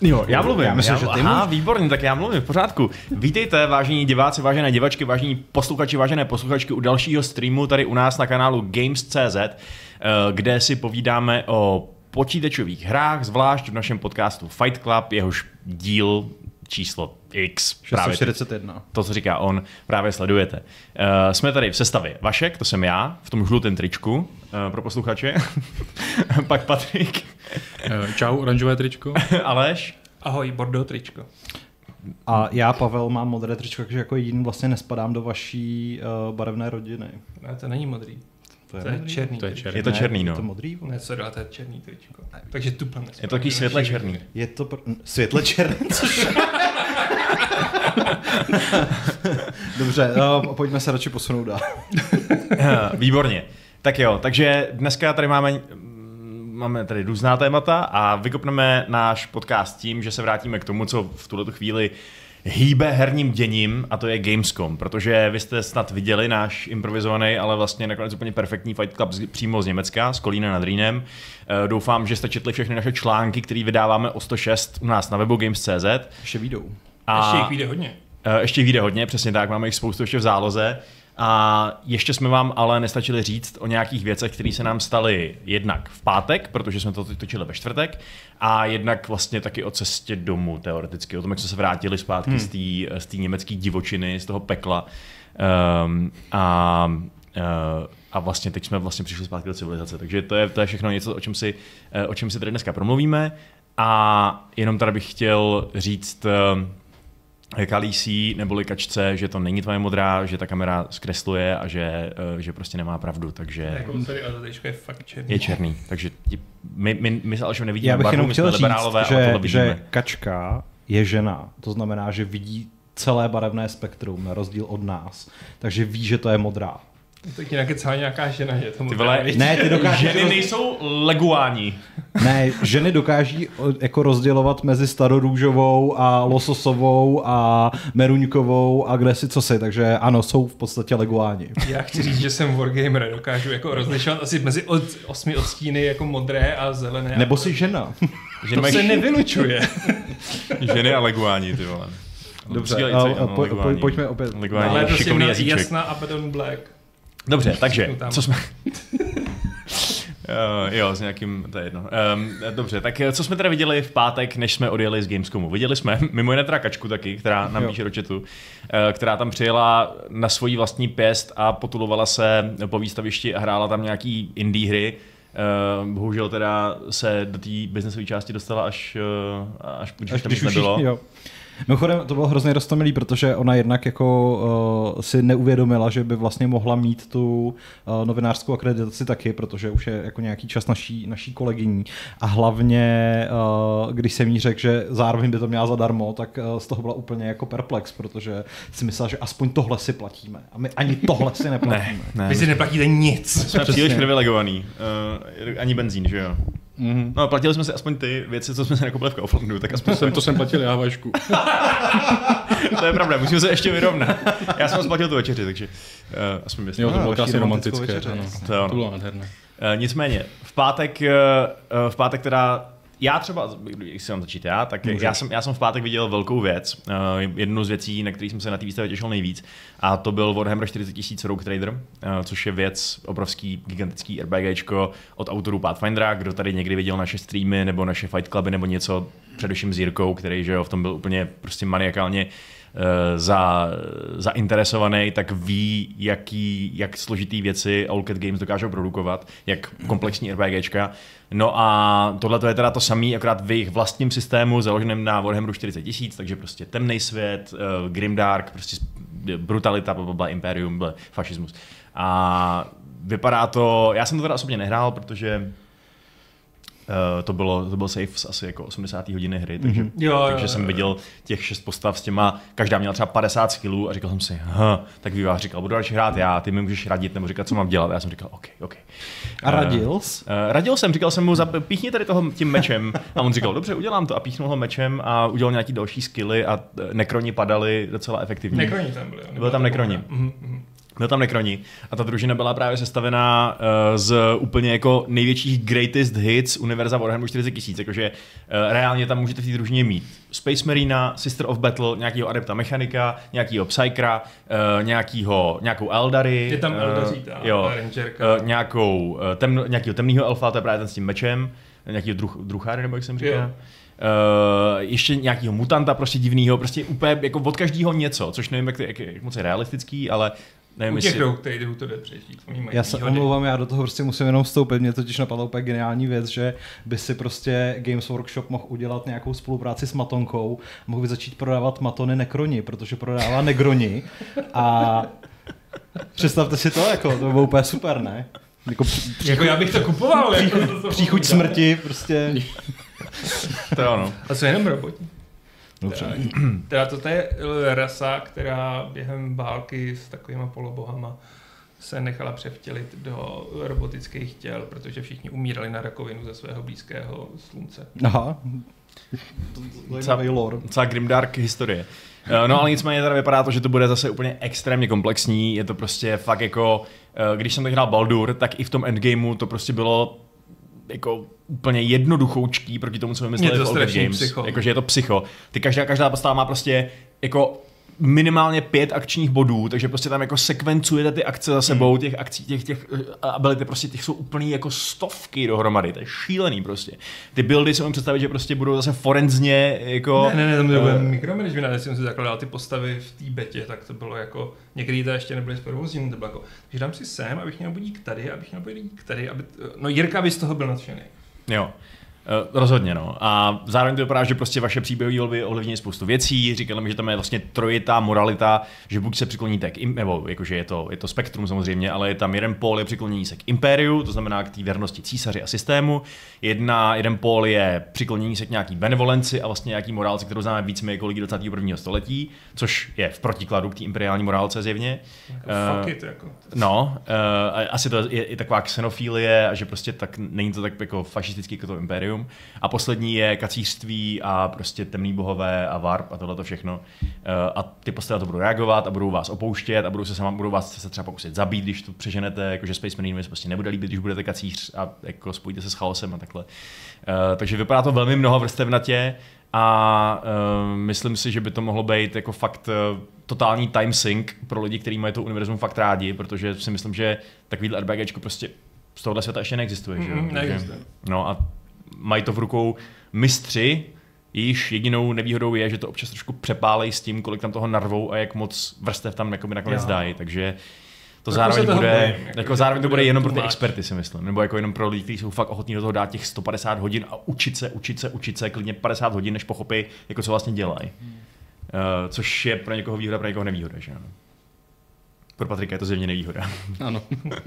Jo, já mluvím. Já myslím, že ty mluvíš. Výborně, tak já mluvím, v pořádku. Vítejte, vážení diváci, vážené divačky, vážení posluchači, vážené posluchačky u dalšího streamu tady u nás na kanálu Games.cz, kde si povídáme o počítačových hrách, zvlášť v našem podcastu Fight Club, jehož díl číslo X. 641. To, co říká on, právě sledujete. Jsme tady v sestavě Vašek, to jsem já, v tom žlutém tričku, pro posluchače. Pak Patrik. Čau, oranžové tričko. Aleš. Ahoj, bordeaux tričko. A já, Pavel, mám modré tričko, takže jako jediný vlastně nespadám do vaší barevné rodiny. Ne, to není modrý. To je černý. To je černý. Je to černý, no. Je to modrý? Ne, co to je černý tričko. Takže tu pan Je to takový světle černý. Je to světle černý, což... Dobře, pojďme se radši posunout dál. Výborně. Tak jo, takže dneska tady máme tady různá témata a vykopneme náš podcast tím, že se vrátíme k tomu, co v tuhletu chvíli hýbe herním děním, a to je Gamescom, protože vy jste snad viděli náš improvizovaný, ale vlastně nakonec úplně perfektní Fight Club přímo z Německa, z Kolína nad Rýnem. Doufám, že jste četli všechny naše články, které vydáváme o 106 u nás na webu Games.cz. Ještě vyjdou. Ještě jich vyjde hodně. Ještě jich vyjde hodně, přesně tak, máme jich spoustu ještě v záloze. A ještě jsme vám ale nestačili říct o nějakých věcech, které se nám staly jednak v pátek, protože jsme to točili ve čtvrtek, a jednak vlastně taky o cestě domů teoreticky, o tom, jak jsme se vrátili zpátky z té německé divočiny, z toho pekla. A vlastně teď jsme vlastně přišli zpátky do civilizace, takže to je všechno něco, o čem si tady dneska promluvíme. A jenom tady bych chtěl říct Kalísí neboli Kačce, že to není tvoje modrá, že ta kamera zkresluje a že prostě nemá pravdu, takže... Jako tady, ale to tričko je fakt černý. Je černý, takže my se Alešem nevidíme barvu, my jsme liberálové, ale tohle vidíme. Že Kačka je žena, to znamená, že vidí celé barevné spektrum, na rozdíl od nás, takže ví, že to je modrá. To jinak je celá nějaká žena, že to Ty vole, ne, ty ženy nejsou leguáni. Ne, ženy dokáží jako rozdělovat mezi starorůžovou a lososovou a meruňkovou a kde si co si, takže ano, jsou v podstatě leguáni. Já chci říct, že jsem wargamer, dokážu jako rozlišovat asi mezi 8 odstíny jako modré a zelené. Nebo si žena. To se nevylučuje. Ženy a leguáni, ty vole. Dobře, pojďme opět. Ale prostě měl jasná Abaddon Black. Dobře, takže, co jsme... jo, s nějakým, to je jedno. Dobře, tak co jsme teda viděli v pátek, než jsme odjeli z Gamescomu? Viděli jsme mimo jiné teda Kačku taky, která nám píše do chatu, která tam přijela na svoji vlastní pěst a potulovala se po výstavišti a hrála tam nějaký indie hry. Bohužel teda se do té businessové části dostala až když tam nic nebylo. Jo. Mimochodem, to bylo hrozně roztomilý, protože ona jednak jako si neuvědomila, že by vlastně mohla mít tu novinářskou akreditaci taky, protože už je jako nějaký čas naší kolegyní. A hlavně, když jsem jí řekl, že zároveň by to měla zadarmo, tak z toho byla úplně jako perplex, protože si myslela, že aspoň tohle si platíme. A my ani tohle si neplatíme. Ne. Vy si neplatíte nic. Jsme příliš privilegovaný. Ani benzín, že jo? Mm-hmm. No, platili jsme si aspoň ty věci, co jsme se nekoupili v Kauflandu, tak aspoň to jsem platil já, Vašku. To je pravda, musíme se ještě vyrovnat. Já jsem splatil tu večeři, takže aspoň myslím. Jo, to bylo krásně romantické. To bylo nádherné. Nicméně, v pátek teda, já třeba, když si mám začít tak já jsem v pátek viděl velkou věc, jednu z věcí, na který jsem se na té výstavě těšil nejvíc, a to byl Warhammer 40 000 Rogue Trader, což je věc, obrovský, gigantický RPGčko od autorů Pathfindera. Kdo tady někdy viděl naše streamy nebo naše Fight Cluby nebo něco, především s Jirkou, který že jo, v tom byl úplně prostě maniakálně zainteresovaný, tak ví, jak složitý věci All Cat Games dokážou produkovat, jak komplexní RPGčka. No a tohle to je teda to samý, akorát v jejich vlastním systému, založeném na Warhammeru 40 000, takže prostě temnej svět, grimdark, prostě brutalita, blablabla, imperium, fašismus. A vypadá to, já jsem to teda osobně nehrál, protože to byl save asi jako 80. hodiny hry, takže, takže jsem viděl těch 6 postav s těma, každá měla třeba 50 skillů a říkal jsem si, tak vývář říkal, budu radši hrát já, ty mi můžeš radit nebo říkat, co mám dělat. A já jsem říkal, OK. A radil jsi? Radil jsem, říkal jsem mu, píchni tady tím mečem. A on říkal, dobře, udělám to, a píchnul ho mečem a udělal nějaký další skilly a nekroni padali docela efektivně. Nekroni tam byli. Byl tam nekroni. Byl tam Necroni a ta družina byla právě sestavená z úplně jako největších greatest hits univerza Warhammeru 40 000, jakože reálně tam můžete v té družině mít Space Marina, Sister of Battle, nějakýho Adepta Mechanika, nějakýho Psykera, nějakou Eldary, je tam Eldaří, ta Rangerka. Nějakýho temného elfa, to je právě ten s tím mečem, nějakýho drucháry, nebo jak jsem říkal. Ještě nějakýho mutanta prostě divnýho, prostě úplně jako od každého něco, což nevím, jak moc je realistický, ale nevím, u těch jdou, který jdou to jde přežít. Já se omlouvám, já do toho prostě musím jenom vstoupit, mě totiž napadla úplně geniální věc, že by si prostě Games Workshop mohl udělat nějakou spolupráci s Matonkou, mohl by začít prodávat Matony Necroni, protože prodává Negroni a představte si to, jako, to by bylo úplně super, ne? Jako já bych to kupoval. Příchuť smrti, prostě. To je ono. A co jenom roboti? Teda to je rasa, která během války s takovýma polobohama se nechala převtělit do robotických těl, protože všichni umírali na rakovinu ze svého blízkého slunce. Aha. Celá grimdark historie. No ale nicméně teda vypadá to, že to bude zase úplně extrémně komplexní, je to prostě fakt jako, když jsem tak hrál Baldur, tak i v tom endgameu to prostě bylo jako úplně jednoduchoučký proti tomu, co vymysleli v Olga Games. Jakože je to psycho. Každá postava má prostě jako minimálně 5 akčních bodů, takže prostě tam jako sekvencujete ty akce za sebou, těch akcí, těch ability, prostě těch jsou úplný jako stovky dohromady, to je šílený prostě. Ty buildy si můžu představit, že prostě budou zase forenzně jako... Ne, tam to bude mikromanagement, když jsem si zakladal ty postavy v té betě, tak to bylo jako, někdy to ještě nebyly zprovozněny, to bylo jako, když dám si sem, abych měl budík tady, abych měl budík tady, no Jirka by z toho byl nadšený. Jo. Rozhodně, no. A zároveň to vypadá, že prostě vaše příběhové volby ovlivní spoustu věcí. Říkali mi, že tam je vlastně trojitá moralita, že buď se přikloníte nebo jakože je to spektrum samozřejmě, ale je tam jeden pól je přiklonění se k impériu, to znamená k té věrnosti císaři a systému. Jeden pól je přiklonění se k nějaký benevolenci a vlastně nějaký morálce, kterou známe víc my jako lidi 21. století, což je v protikladu k té imperiální morálce zjevně. Fuck it, jako. No, asi to je i taková xenofílie a že prostě tak není to tak jako fašistický jako to impérium. A poslední je kacířství a prostě temný bohové a warp a tohleto všechno. A ty postavy to budou reagovat a budou vás opouštět a budou vás se třeba pokusit zabít, když to přeženete, jakože Space Marine se prostě nebude líbit, když budete kacíř a jako spojíte se s chaosem a takhle. Takže vypadá to velmi mnoho vrstevnatě a myslím si, že by to mohlo být jako fakt totální time sink pro lidi, kteří mají to univerzum fakt rádi, protože si myslím, že takovýhle RPGčko prostě z tohohle světa ještě neexistuje. Že? Neexistuje. No a mají to v rukou mistři, již jedinou nevýhodou je, že to občas trošku přepálej s tím, kolik tam toho narvou a jak moc vrstev tam nakonec dají, takže to zároveň to bude jenom pro ty experty, si myslím, nebo jako jenom pro lidi, kteří jsou fakt ochotní do toho dát těch 150 hodin a učit se, klidně 50 hodin, než pochopí, jako co vlastně dělají. Což je pro někoho výhoda, pro někoho nevýhoda, že ano. Pro Patrika je to zjevně nevýhoda. Ano.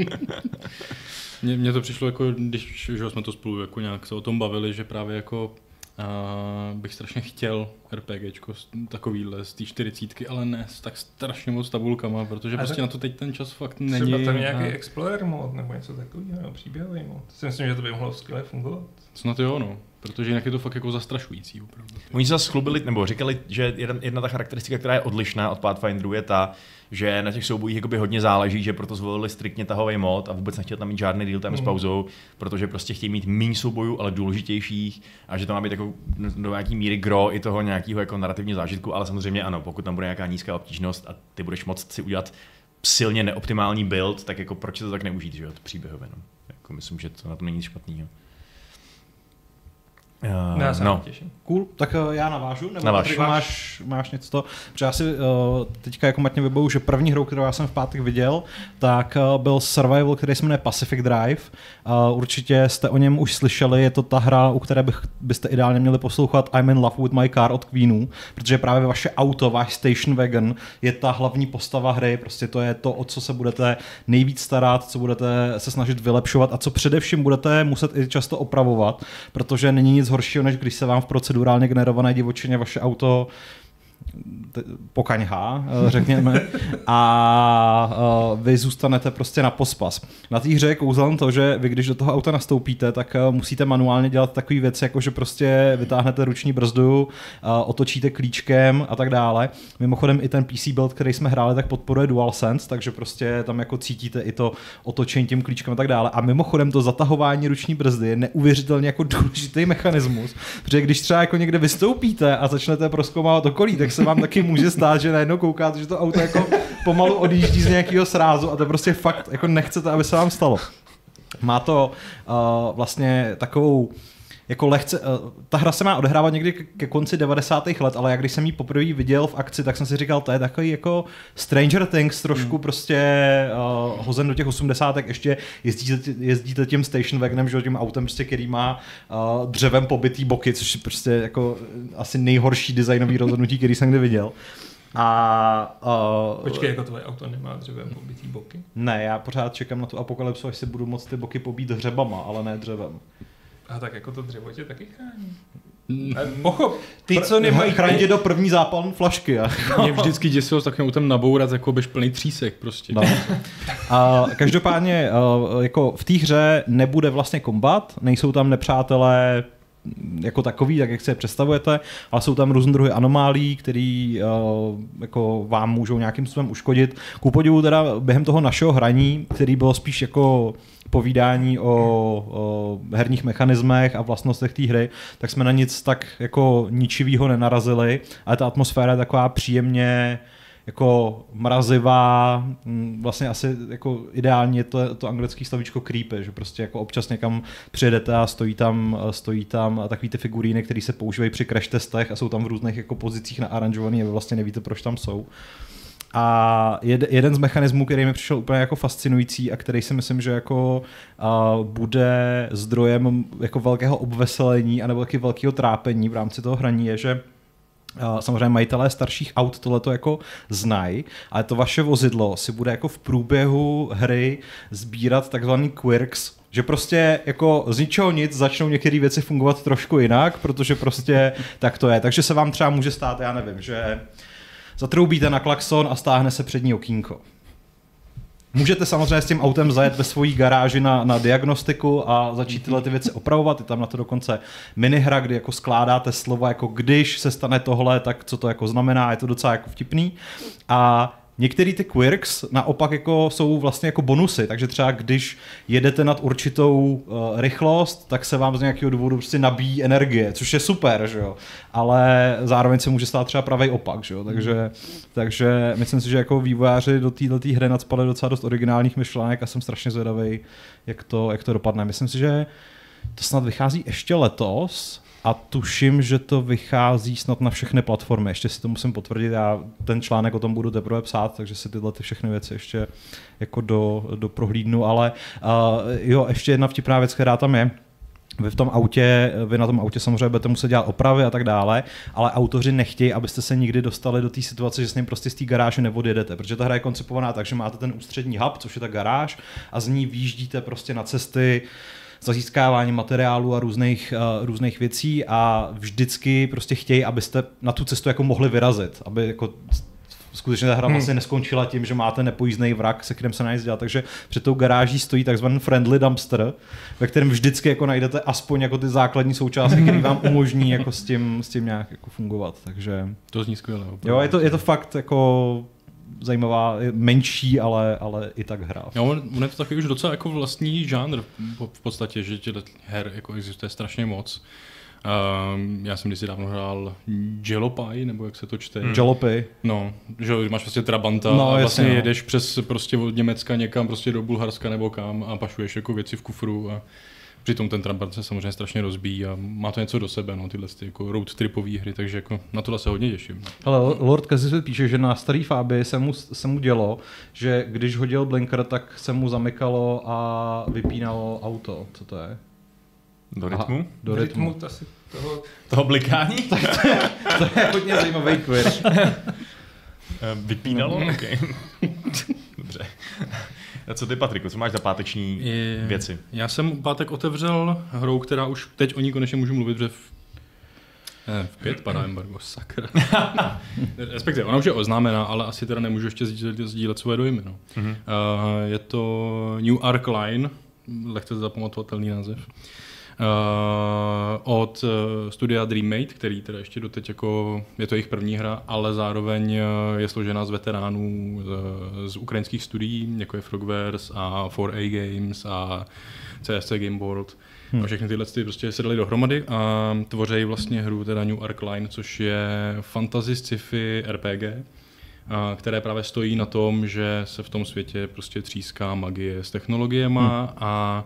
Mně to přišlo jako, když že jsme to spolu jako nějak se o tom bavili, že právě jako bych strašně chtěl RPGčko takovýhle z té 40, ale ne s tak strašně moc tabulkama, protože prostě na to teď ten čas fakt není. Třeba tam nějaký Explorer mod nebo něco takového, nebo příběhový mod. Si myslím, že to by mohlo skvěle fungovat. Snad jo, no. Protože jinak je to fakt jako zastrašující opravdu. Oni se zase chlubili, nebo říkali, že jedna ta charakteristika, která je odlišná od Pathfinderu, je ta, že na těch soubojích jakoby hodně záleží, že proto zvolili striktně tahový mod a vůbec nechtěl tam mít žádný deal time s pauzou, protože prostě chtějí mít méně soubojů, ale důležitějších a že to má být jako do nějaký míry gro i toho nějakého jako narrativního zážitku, ale samozřejmě ano, pokud tam bude nějaká nízká obtížnost a ty budeš moct si udělat silně neoptimální build, tak jako proč to tak neužít, že jo, to příběhově, no. Jako myslím, že to na tom není nic špatného. Já se těším. Cool, tak já navážu, nebo Patrik, máš něco to? Protože já si teďka jako matně vybavu, že první hrou, kterou já jsem v pátek viděl, tak byl survival, který se jmenuje Pacific Drive. Určitě jste o něm už slyšeli, je to ta hra, u které byste ideálně měli poslouchat I'm in love with my car od Queenů, protože právě vaše auto, váš station wagon je ta hlavní postava hry, prostě to je to, o co se budete nejvíc starat, co budete se snažit vylepšovat a co především budete muset i často opravovat, protože není nic horšího, než když se vám v procedurálně generované divočině vaše auto pokaňhá, řekněme, a vy zůstanete prostě na pospas. Na té hře je kouzelem to, že vy když do toho auta nastoupíte, tak musíte manuálně dělat takové věci, jako že prostě vytáhnete ruční brzdu, otočíte klíčkem a tak dále. Mimochodem i ten PC build, který jsme hráli, tak podporuje DualSense, takže prostě tam jako cítíte i to otočení tím klíčkem a tak dále. A mimochodem to zatahování ruční brzdy je neuvěřitelně jako důležitý mechanismus, protože když třeba jako někde vystoupíte a začnete prozkoumávat okolí, tak se vám taky může stát, že najednou koukáte, že to auto jako pomalu odjíždí z nějakého srázu a to prostě fakt jako nechcete, aby se vám stalo. Má to vlastně takovou jako lehce, ta hra se má odehrávat někdy ke konci 90. let, ale jak když jsem ji poprvé viděl v akci, tak jsem si říkal, to je takový jako Stranger Things trošku prostě hozen do těch 80. ještě jezdíte tím station wagonem, že tím autem prostě, který má dřevem pobytý boky, což je prostě jako asi nejhorší designový rozhodnutí, který jsem kdy viděl. Počkej, jako tvoje auto nemá dřevem pobitý boky? Ne, já pořád čekám na tu apokalypsu, až si budu moct ty boky pobít hřebama, ale ne dřevem. A tak jako to dřevo tě taky chrání. Pochop, ty, co nemají... Chrání tě do první zápalné flašky. Mě vždycky děsilo s takovým autem nabourat, jako běž plný třísek prostě. No. Každopádně jako v té hře nebude vlastně kombat, nejsou tam nepřátelé jako takový, tak jak si je představujete, ale jsou tam různé druhy anomálí, které jako vám můžou nějakým způsobem uškodit. Ku podivu teda během toho našeho hraní, který bylo spíš jako povídání o herních mechanismech a vlastnostech té hry, tak jsme na nic tak jako ničivýho nenarazili, ale ta atmosféra je taková příjemně jako mrazivá, vlastně asi jako ideálně to anglické slovíčko creepy, že prostě jako občas někam přijedete a stojí tam takový ty figuríny, které se používají při crash testech a jsou tam v různých jako pozicích naaranžovaný a vy vlastně nevíte, proč tam jsou. A jeden z mechanismů, který mi přišel úplně jako fascinující a který si myslím, že jako bude zdrojem jako velkého obveselení a nebo taky velkého trápení v rámci toho hraní je, že samozřejmě majitelé starších aut tohleto jako znají, ale to vaše vozidlo si bude jako v průběhu hry sbírat takzvaný quirks, že prostě jako z ničeho nic začnou některé věci fungovat trošku jinak, protože prostě tak to je. Takže se vám třeba může stát, já nevím, že zatroubíte na klakson a stáhne se přední okýnko. Můžete samozřejmě s tím autem zajet ve svojí garáži na diagnostiku a začít tyhle ty věci opravovat. Je tam na to dokonce minihra, kdy jako skládáte slova jako když se stane tohle, tak co to jako znamená, je to docela jako vtipný. A některé ty quirks naopak jako jsou vlastně jako bonusy, takže třeba když jedete nad určitou rychlost, tak se vám z nějakého důvodu prostě nabíjí energie, což je super, že jo. Ale zároveň se může stát třeba pravý opak, že jo. Takže myslím si, že jako vývojáři do této hry nacpali docela dost originálních myšlenek a jsem strašně zvědavý, jak to dopadne. Myslím si, že to snad vychází ještě letos. A tuším, že to vychází snad na všechny platformy. Ještě si to musím potvrdit, já ten článek o tom budu teprve psát, takže si tyhle všechny věci ještě jako do prohlídnu, ale jo, ještě jedna vtipná věc, která tam je. Vy na tom autě samozřejmě budete muset dělat opravy a tak dále, ale autoři nechtějí, abyste se nikdy dostali do té situace, že s ním prostě z té garáže neodjedete, protože ta hra je koncipovaná tak, že máte ten ústřední hub, což je ta garáž, a z ní výjíždíte prostě na cesty za získávání materiálu a různých věcí a vždycky prostě chtějí, abyste na tu cestu jako mohli vyrazit, aby jako skutečně ta hra vlastně neskončila tím, že máte nepojízdný vrak, se kterým se najít dělat, takže před tou garáží stojí takzvaný friendly dumpster, ve kterém vždycky jako najdete aspoň jako ty základní součástky, které vám umožní jako s tím nějak jako fungovat, takže to zní skvěle. Jo, je to fakt jako zajímavá, menší, ale i tak hra. Jo, on je to takový už docela jako vlastní žánr v podstatě, že těch her jako existuje strašně moc. Já jsem kdysi dávno hrál Jalopy, nebo jak se to čte? Jalopy. No, že máš vlastně Trabanta no, a vlastně jedeš přes prostě od Německa někam prostě do Bulharska nebo kam a pašuješ jako věci v kufru a přitom ten Trabant se samozřejmě strašně rozbíjí a má to něco do sebe, no, tyhle jako road tripové hry, takže jako na tohle se hodně těším. Ale Lord Kazisvět píše, že na starý Fabii se mu dělo, že když hodil blinker, tak se mu zamykalo a vypínalo auto. Co to je? Do rytmu? Aha, do rytmu. Toho blikání? To je hodně zajímavý quiz. Vypínalo? Okay. Dobře. A co ty, Patriku, co máš za páteční věci? Já jsem pátek otevřel hrou, která už teď o ní konečně můžu mluvit, protože V 5 padá embargo, sakra. Respektive, ona už je oznámená, ale asi teda nemůžu ještě sdílet svoje dojmy. No. Je to New Arc Line, lehce zapamatovatelný název, od studia Dreammate, který teda ještě doteď jako, je to jejich první hra, ale zároveň je složená z veteránů z ukrajinských studií, jako je Frogwares a 4A Games a CSC Game World. A všechny tyhle prostě se dali dohromady a tvoří vlastně hru teda New Arc Line, což je fantasy sci-fi RPG, které právě stojí na tom, že se v tom světě prostě tříská magie s technologiema a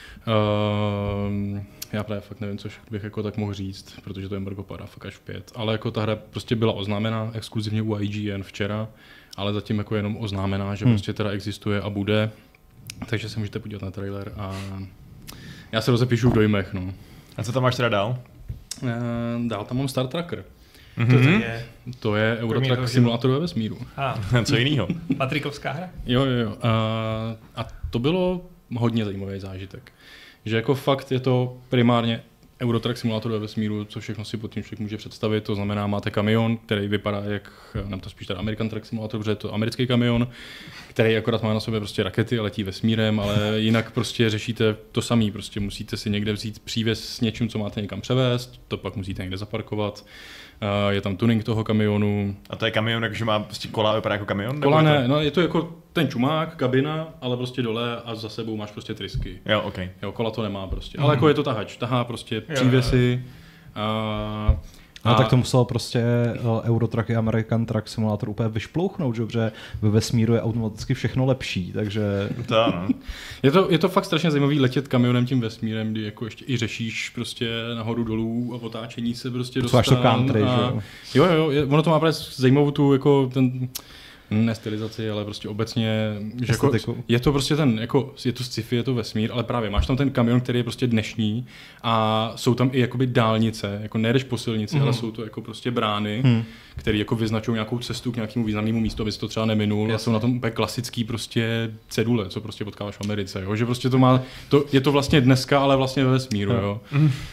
já právě fakt nevím, co bych jako tak mohl říct, protože to embargo padá fakt až v 5. Ale jako ta hra prostě byla oznámená exkluzivně u IGN včera, ale zatím jako jenom oznámená, že prostě teda existuje a bude. Takže se můžete podívat na trailer a já se rozepíšu v dojmech. No. A co tam máš teda dál? Dál tam mám Star Tracker. To je Eurotrack simulátor ve vesmíru. Co jinýho? Matrikovská hra? Jo. A to bylo hodně zajímavý zážitek. Že jako fakt je to primárně Eurotrack simulátor ve vesmíru, co všechno si pod tím člověk může představit. To znamená, máte kamion, který vypadá jak, nám to spíš teda American Truck Simulator, protože je to americký kamion, který akorát má na sobě prostě rakety a letí vesmírem, ale jinak prostě řešíte to samé. Prostě musíte si někde vzít přívěs s něčím, co máte někam převést, to pak musíte někde zaparkovat. Je tam tuning toho kamionu. A to je kamion, takže má prostě kola, vypadá jako kamion? Kola ne, no je to jako ten čumák, kabina, ale prostě dole a za sebou máš prostě trysky. Jo, okay. Jo, kola to nemá prostě. Ale jako je to tahač, tahá prostě přívěsy. No tak to muselo prostě Eurotrack i American Truck Simulator úplně vyšplouchnout, že? Protože ve vesmíru je automaticky všechno lepší, takže... To ano. Je to fakt strašně zajímavý letět kamionem tím vesmírem, kdy jako ještě i řešíš prostě nahoru dolů a otáčení se prostě dostat. To country, že jo? Ono to má právě zajímavou tu jako ten... Ne stylizaci, ale prostě obecně, že jako, je to prostě ten, jako, je to sci-fi, je to vesmír, ale právě máš tam ten kamion, který je prostě dnešní a jsou tam i jakoby dálnice, jako nejdeš po silnici, ale jsou to jako prostě brány, které jako vyznačují nějakou cestu k nějakému významnému místu, aby si to třeba neminul a jsou na tom úplně klasický prostě cedule, co prostě potkáváš v Americe, jo? Že prostě to má, je to vlastně dneska, ale vlastně ve vesmíru, jo.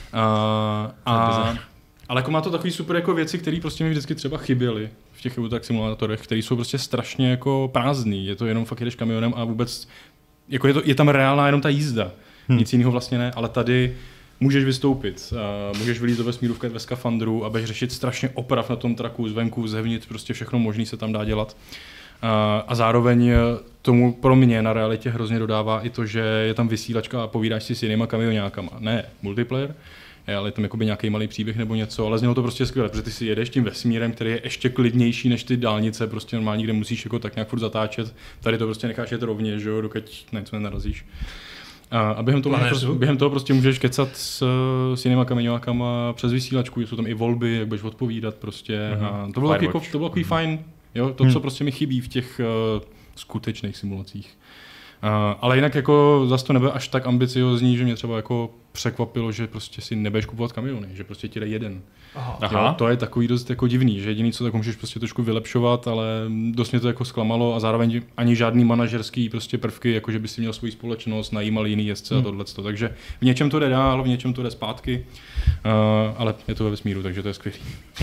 Ale jako má to takový super jako věci, které prostě mi vždycky třeba chyběly v těch Eurotrack simulátorech, které jsou prostě strašně jako prázdný. Je to jenom fakt jedeš kamionem a vůbec jako je tam reálná jenom ta jízda. Nic jiného vlastně ne, ale tady můžeš vystoupit, můžeš vylít do vesmíru ve skafandru a budeš řešit strašně oprav na tom traku, zvenku, zevnitř, prostě všechno možné se tam dá dělat. A zároveň tomu pro mě na realitě hrozně dodává i to, že je tam vysílačka a povídáš si s jinýma kamionákama. Ne multiplayer, ale je tam jakoby nějaký malý příběh nebo něco, ale znělo to prostě skvěle, protože ty si jedeš tím vesmírem, který je ještě klidnější než ty dálnice, prostě normálně, kde musíš jako tak nějak furt zatáčet. Tady to prostě necháš jet rovně, že jo, dokud něco nenarazíš. A během toho prostě můžeš kecat s jinýma kamionákama přes vysílačku, jsou tam i volby, jak budeš odpovídat prostě. A to bylo takový fajn, jo, to, co prostě mi chybí v těch skutečných simulacích. Ale jinak jako zase to nebylo až tak ambiciozní, že mě třeba jako překvapilo, že prostě si nebudeš kupovat kamiony, že prostě ti jde jeden. Jo, to je takový dost jako divný, že jediný co tak můžeš prostě trošku vylepšovat, ale dost mě to jako zklamalo a zároveň ani žádný manažerský prostě prvky, jako že by si měl svou společnost, najímal jiný jezdce a tohleto. Takže v něčem to jde dál, v něčem to jde zpátky, ale je to ve vesmíru, takže to je skvělý.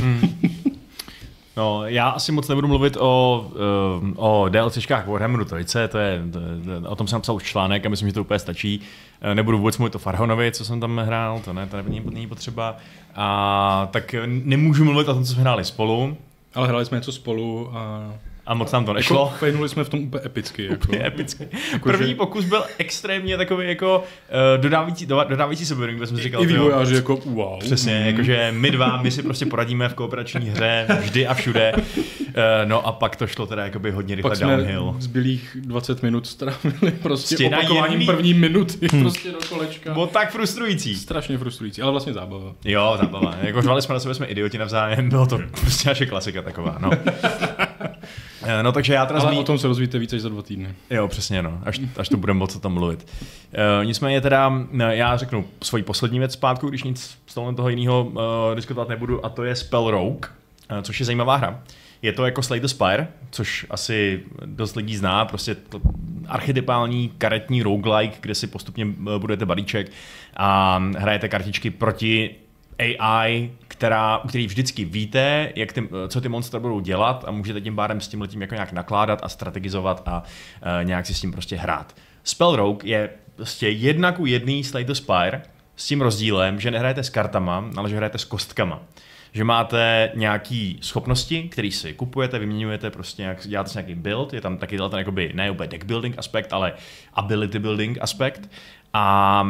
No, já asi moc nebudu mluvit o DLCčkách Warhammeru 3, o tom jsem napsal už článek a myslím, že to úplně stačí. Nebudu vůbec mluvit o Farhonovi, co jsem tam hrál, to není potřeba. A tak nemůžu mluvit o tom, co jsme hráli spolu. Ale hráli jsme něco spolu a moc nám to nešlo. Fejnuli jsme v tom úplně epicky. Úplně epicky. První pokus byl extrémně takový jako dodávající sebevědomí, kde jsem si říkal, i vývojáři jako wow. Přesně, jakože my si prostě poradíme v kooperační hře vždy a všude. No a pak to šlo teda jakoby hodně rychle downhill. Pak jsme zbylých 20 minut strávili prostě opakováním první minuty prostě do kolečka. Bylo tak frustrující. Strašně frustrující, ale vlastně zábava. Jo, zábava. Jako řvali jsme na sebe, jsme idioti navzájem, bylo to prostě naše klasika taková, no. No, takže já teda ale o tom se rozvíjíte víc až za 2 týdny. Jo, přesně, no, až to budeme moc o tom mluvit. Nicméně teda, já řeknu svoji poslední věc zpátku, když nic z toho jiného diskutovat nebudu, a to je Spell Rogue, což je zajímavá hra. Je to jako Slay the Spire, což asi dost lidí zná, prostě archetypální karetní roguelike, kde si postupně budujete balíček a hrajete kartičky proti AI, u který vždycky víte, co ty monstra budou dělat a můžete tím pádem s tímhletím jako nějak nakládat a strategizovat a nějak si s tím prostě hrát. Spell Rogue je prostě 1:1 Slay the Spire s tím rozdílem, že nehrajete s kartama, ale že hrajete s kostkama. Že máte nějaké schopnosti, které si kupujete, vyměňujete, prostě děláte si nějaký build, je tam taky ten jakoby, ne úplně deck building aspekt, ale ability building aspekt. A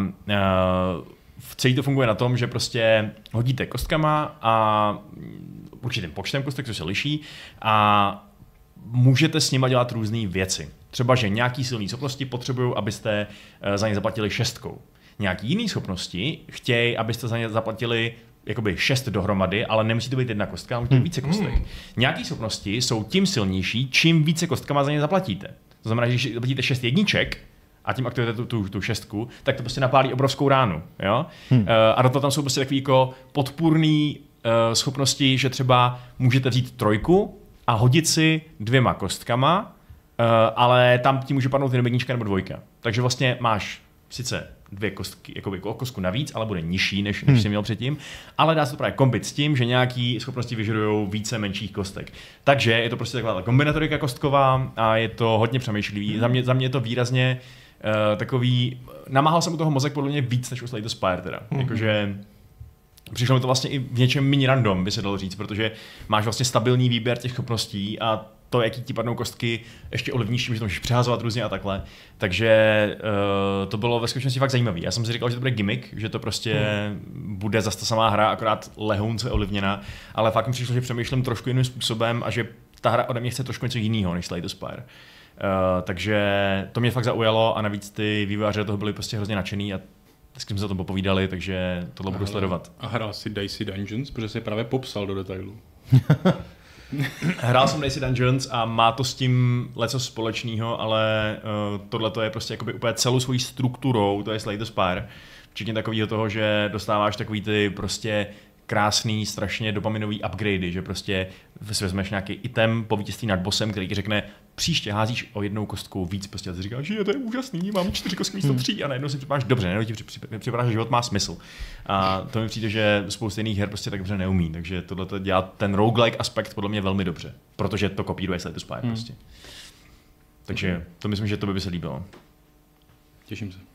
celý to funguje na tom, že prostě hodíte kostkama a určitým počtem kostek, co se liší, a můžete s nima dělat různé věci. Třeba, že nějaký silný schopnosti potřebují, abyste za ně zaplatili 6. Nějaký jiný schopnosti chtějí, abyste za ně zaplatili jakoby 6 dohromady, ale nemusí to být jedna kostka, může to být více kostek. Nějaké schopnosti jsou tím silnější, čím více kostkama za ně zaplatíte. To znamená, že když zaplatíte 6 jedniček a tím aktivujete tu 6, tak to prostě napálí obrovskou ránu. Jo? A do toho tam jsou prostě takový jako podpůrný schopnosti, že třeba můžete vzít 3 a hodit si 2 kostkama, ale tam ti může padnout jenom 1 nebo 2. Takže vlastně máš sice 2 kostky, jakoby kostku navíc, ale bude nižší, než jsi měl předtím, ale dá se to právě kombit s tím, že nějaký schopnosti vyžadují více menších kostek. Takže je to prostě taková kombinatorika kostková a je to hodně přemýšlivý. Za mě je to výrazně takový, namáhal jsem u toho mozek podle mě víc než u Slay the Spire teda. Jakože přišlo mi to vlastně i v něčem mini random, by se dalo říct, protože máš vlastně stabilní výběr těch schopností a to, jaký ti padnou kostky, ještě ovlivníš, že to můžeš přeházovat různě a takhle. Takže to bylo ve skutečnosti fakt zajímavý. Já jsem si říkal, že to bude gimmick, že to prostě bude zase ta samá hra, akorát lehounce ovlivněná, ale fakt mi přišlo, že přemýšlím trošku jiným způsobem a že ta hra ode mě chce trošku něco jiného než Slay the Spire. Takže to mě fakt zaujalo a navíc ty vývojáři toho byli prostě hrozně nadšený a s kým se o tom popovídali, takže tohle budu sledovat. A hrál si Dicey Dungeons, protože jsi právě popsal do detailu. Hrál jsem Dicey Dungeons a má to s tím leco společného, ale tohle je prostě jakoby úplně celou svojí strukturou, to je Slay the Spire. Včetně takového toho, že dostáváš takový ty prostě krásný, strašně dopaminový upgradey, že prostě si vezmeš nějaký item po vítězství nad bossem, který ti řekne, příště házíš o 1 kostku víc, prostě a ty říkáš, že to je úžasný, mám 4 kostky místo 3 a najednou si připadáš dobře, najednou ti připadá, že život má smysl. A to mi přijde, že spousta jiných her prostě tak dobře neumí, takže tohle dělá ten roguelike aspekt podle mě velmi dobře, protože to kopíruje Slay the Spire prostě. Takže to myslím, že to by se líbilo. Těším se.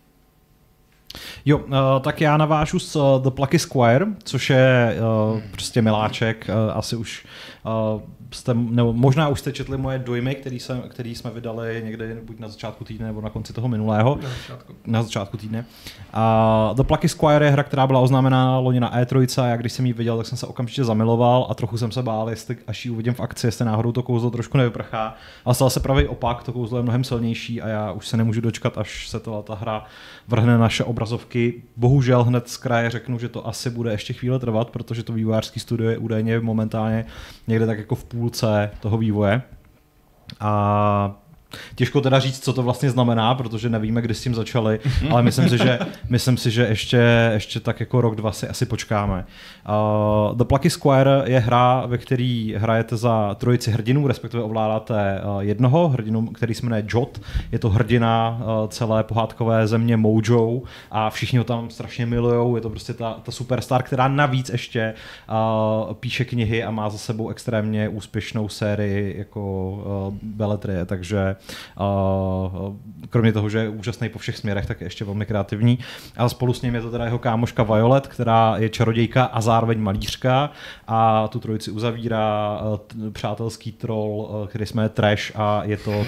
Jo, tak já navážu s The Plucky Squire, což je prostě miláček, asi už nebo možná už jste četli moje dojmy, který jsme vydali někde buď na začátku týdne nebo na konci toho minulého. Na začátku týdne. The Plucky Squire je hra, která byla oznámená loni na E3 a já když jsem ji viděl, tak jsem se okamžitě zamiloval a trochu jsem se bál, jestli až ji uvidím v akci, jestli náhodou to kouzlo trošku nevyprchá. Ale stal se pravý opak, to kouzlo je mnohem silnější a já už se nemůžu dočkat, až se ta hra vrhne naše obrazovky. Bohužel hned z kraje řeknu, že to asi bude ještě chvíli trvat, protože to vývojářský studio je údajně momentálně někde tak jako v půlce toho vývoje. A těžko teda říct, co to vlastně znamená, protože nevíme, kdy s tím začali, ale myslím si, že ještě tak jako rok, 2 si asi počkáme. The Plucky Squire je hra, ve které hrajete za trojici hrdinů, respektive ovládáte jednoho hrdinu, který se jmenuje Jot. Je to hrdina celé pohádkové země Mojo a všichni ho tam strašně milujou. Je to prostě ta superstar, která navíc ještě píše knihy a má za sebou extrémně úspěšnou sérii jako beletrie, takže kromě toho, že je úžasný po všech směrech, tak je ještě velmi kreativní. A spolu s ním je to teda jeho kámoška Violet, která je čarodějka a zároveň malířka a tu trojici uzavírá přátelský troll, který se jmenuje Trash a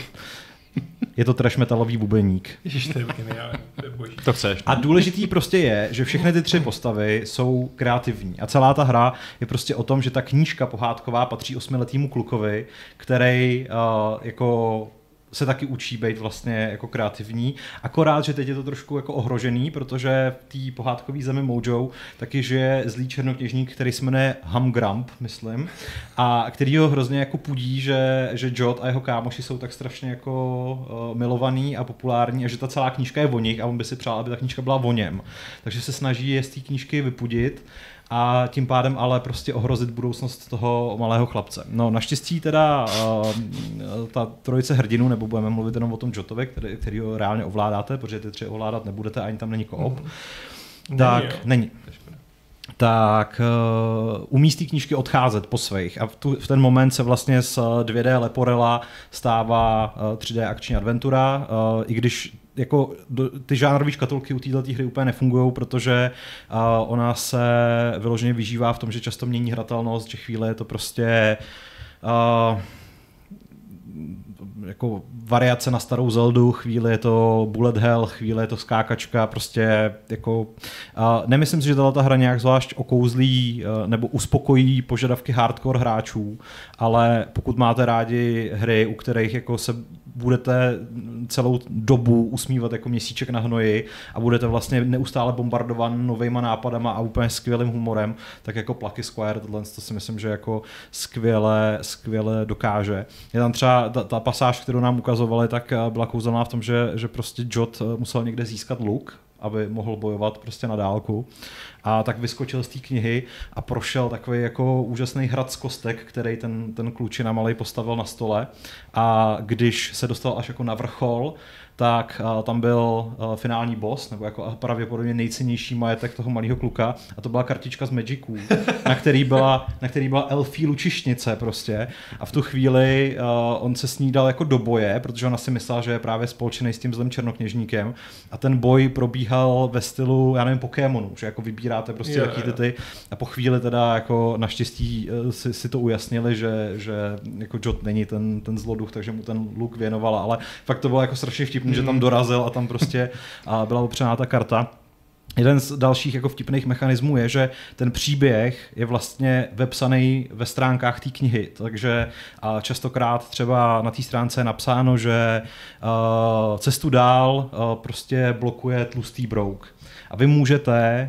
je to trash metalový bubeník. Ježiš, to je geniální, to je boží. To chceš. A důležitý prostě je, že všechny ty 3 postavy jsou kreativní. A celá ta hra je prostě o tom, že ta knížka pohádková patří 8letýmu klukovi, který jako se taky učí být vlastně jako kreativní. Akorát, že teď je to trošku jako ohrožený, protože v té pohádkové zemi Mojo taky žije zlý černokněžník, který se jmenuje Hamgrump, myslím, a který ho hrozně jako pudí, že Jot a jeho kámoši jsou tak strašně jako milovaný a populární a že ta celá knížka je o nich a on by si přál, aby ta knížka byla o něm. Takže se snaží je z té knížky vypudit a tím pádem ale prostě ohrozit budoucnost toho malého chlapce. No naštěstí teda ta trojice hrdinů, nebo budeme mluvit jenom o tom Jotovi, který ho reálně ovládáte, protože ty 3 ovládat nebudete, ani tam není koop. Tak není. tak umí z té knížky odcházet po svých. A v ten moment se vlastně z 2D Leporella stává 3D akční adventura, i když jako ty žánrové škatulky u této hry úplně nefungují, protože ona se vyloženě vyžívá v tom, že často mění hratelnost, že chvíli je to prostě jako variace na starou Zeldu, chvíli je to bullet hell, chvíli je to skákačka, prostě jako nemyslím si, že ta hra nějak zvlášť okouzlí nebo uspokojí požadavky hardcore hráčů, ale pokud máte rádi hry, u kterých jako se budete celou dobu usmívat jako měsíček na hnoji a budete vlastně neustále bombardovan novejma nápadama a úplně skvělým humorem, tak jako Plucky Squire, tohle to si myslím, že jako skvěle dokáže. Je tam třeba ta pasáž, kterou nám ukazovali, tak byla kouzelná v tom, že prostě Jot musel někde získat luk, aby mohl bojovat prostě na dálku. A tak vyskočil z té knihy a prošel takový jako úžasný hrad z kostek, který ten klučina malej postavil na stole. A když se dostal až jako na vrchol, tak tam byl finální boss, nebo jako pravděpodobně nejcennější majetek toho malého kluka, a to byla kartička z Magiců, na který byla elfí lučišnice prostě, a v tu chvíli on se s ní dal jako do boje, protože ona si myslela, že je právě spolčený s tím zlým černokněžníkem, a ten boj probíhal ve stylu, já nevím, Pokémonů, že jako vybíráte prostě jaký ty, a po chvíli teda jako naštěstí si to ujasnili, že jako Jot není ten zloduch, takže mu ten luk věnovala, ale fakt to bylo jako strašně vtipný, že tam dorazil a tam prostě byla opřená ta karta. Jeden z dalších jako vtipných mechanismů je, že ten příběh je vlastně vepsaný ve stránkách té knihy, takže častokrát třeba na té stránce je napsáno, že cestu dál prostě blokuje tlustý brouk. A vy můžete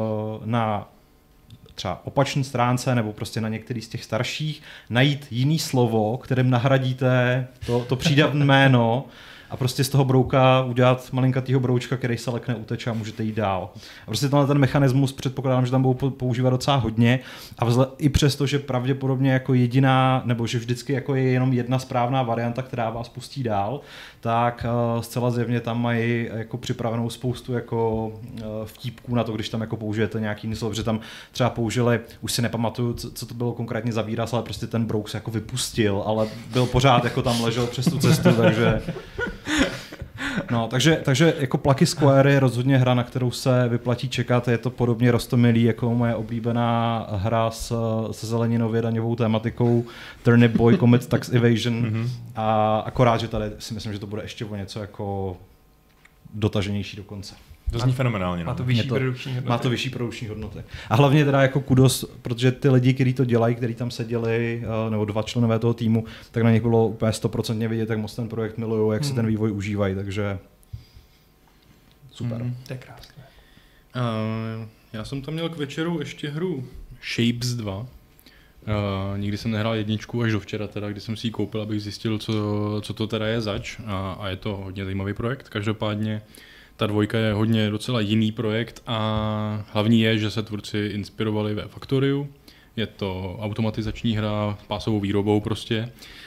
na třeba opačné stránce nebo prostě na některý z těch starších najít jiný slovo, kterým nahradíte to přídavné jméno, a prostě z toho brouka udělat malinkatýho broučka, který se lekne, uteče a můžete jít dál. A prostě ten mechanismus předpokládám, že tam budou používat docela hodně, a i přesto, že pravděpodobně jako jediná, nebo že vždycky jako je jenom jedna správná varianta, která vás pustí dál, tak zcela zjevně tam mají jako připravenou spoustu jako vtípků na to, když tam jako použijete nějaký jiný slovo, že tam třeba použili, už si nepamatuju, co to bylo konkrétně za výraz, ale prostě ten brouk se jako vypustil, ale byl pořád jako tam ležel přes tu cestu, takže no, takže jako Plucky Squire je rozhodně hra, na kterou se vyplatí čekat. Je to podobně roztomilý jako moje oblíbená hra se zeleninově daňovou tématikou Turnip Boy Commit Tax Evasion. A akorát, že tady si myslím, že to bude ještě o něco jako dotaženější dokonce. To zní fenomenálně. Má to vyšší produkční hodnoty. Má to vyšší produkční hodnoty. A hlavně teda jako kudos, protože ty lidi, kteří to dělají, kteří tam seděli, nebo 2 členové toho týmu, tak na nich bylo úplně 100% vidět, jak moc ten projekt milujou, jak si ten vývoj užívají, takže super. To je krásné. Já jsem tam měl k večeru ještě hru Shapes 2. Nikdy jsem nehrál 1 až do včera, teda, kdy jsem si ji koupil, abych zjistil, co to teda je zač, a je to hodně zajímavý projekt. Každopádně ta 2 je hodně docela jiný projekt a hlavní je, že se tvůrci inspirovali ve Factoriu. Je to automatizační hra pásovou výrobou prostě.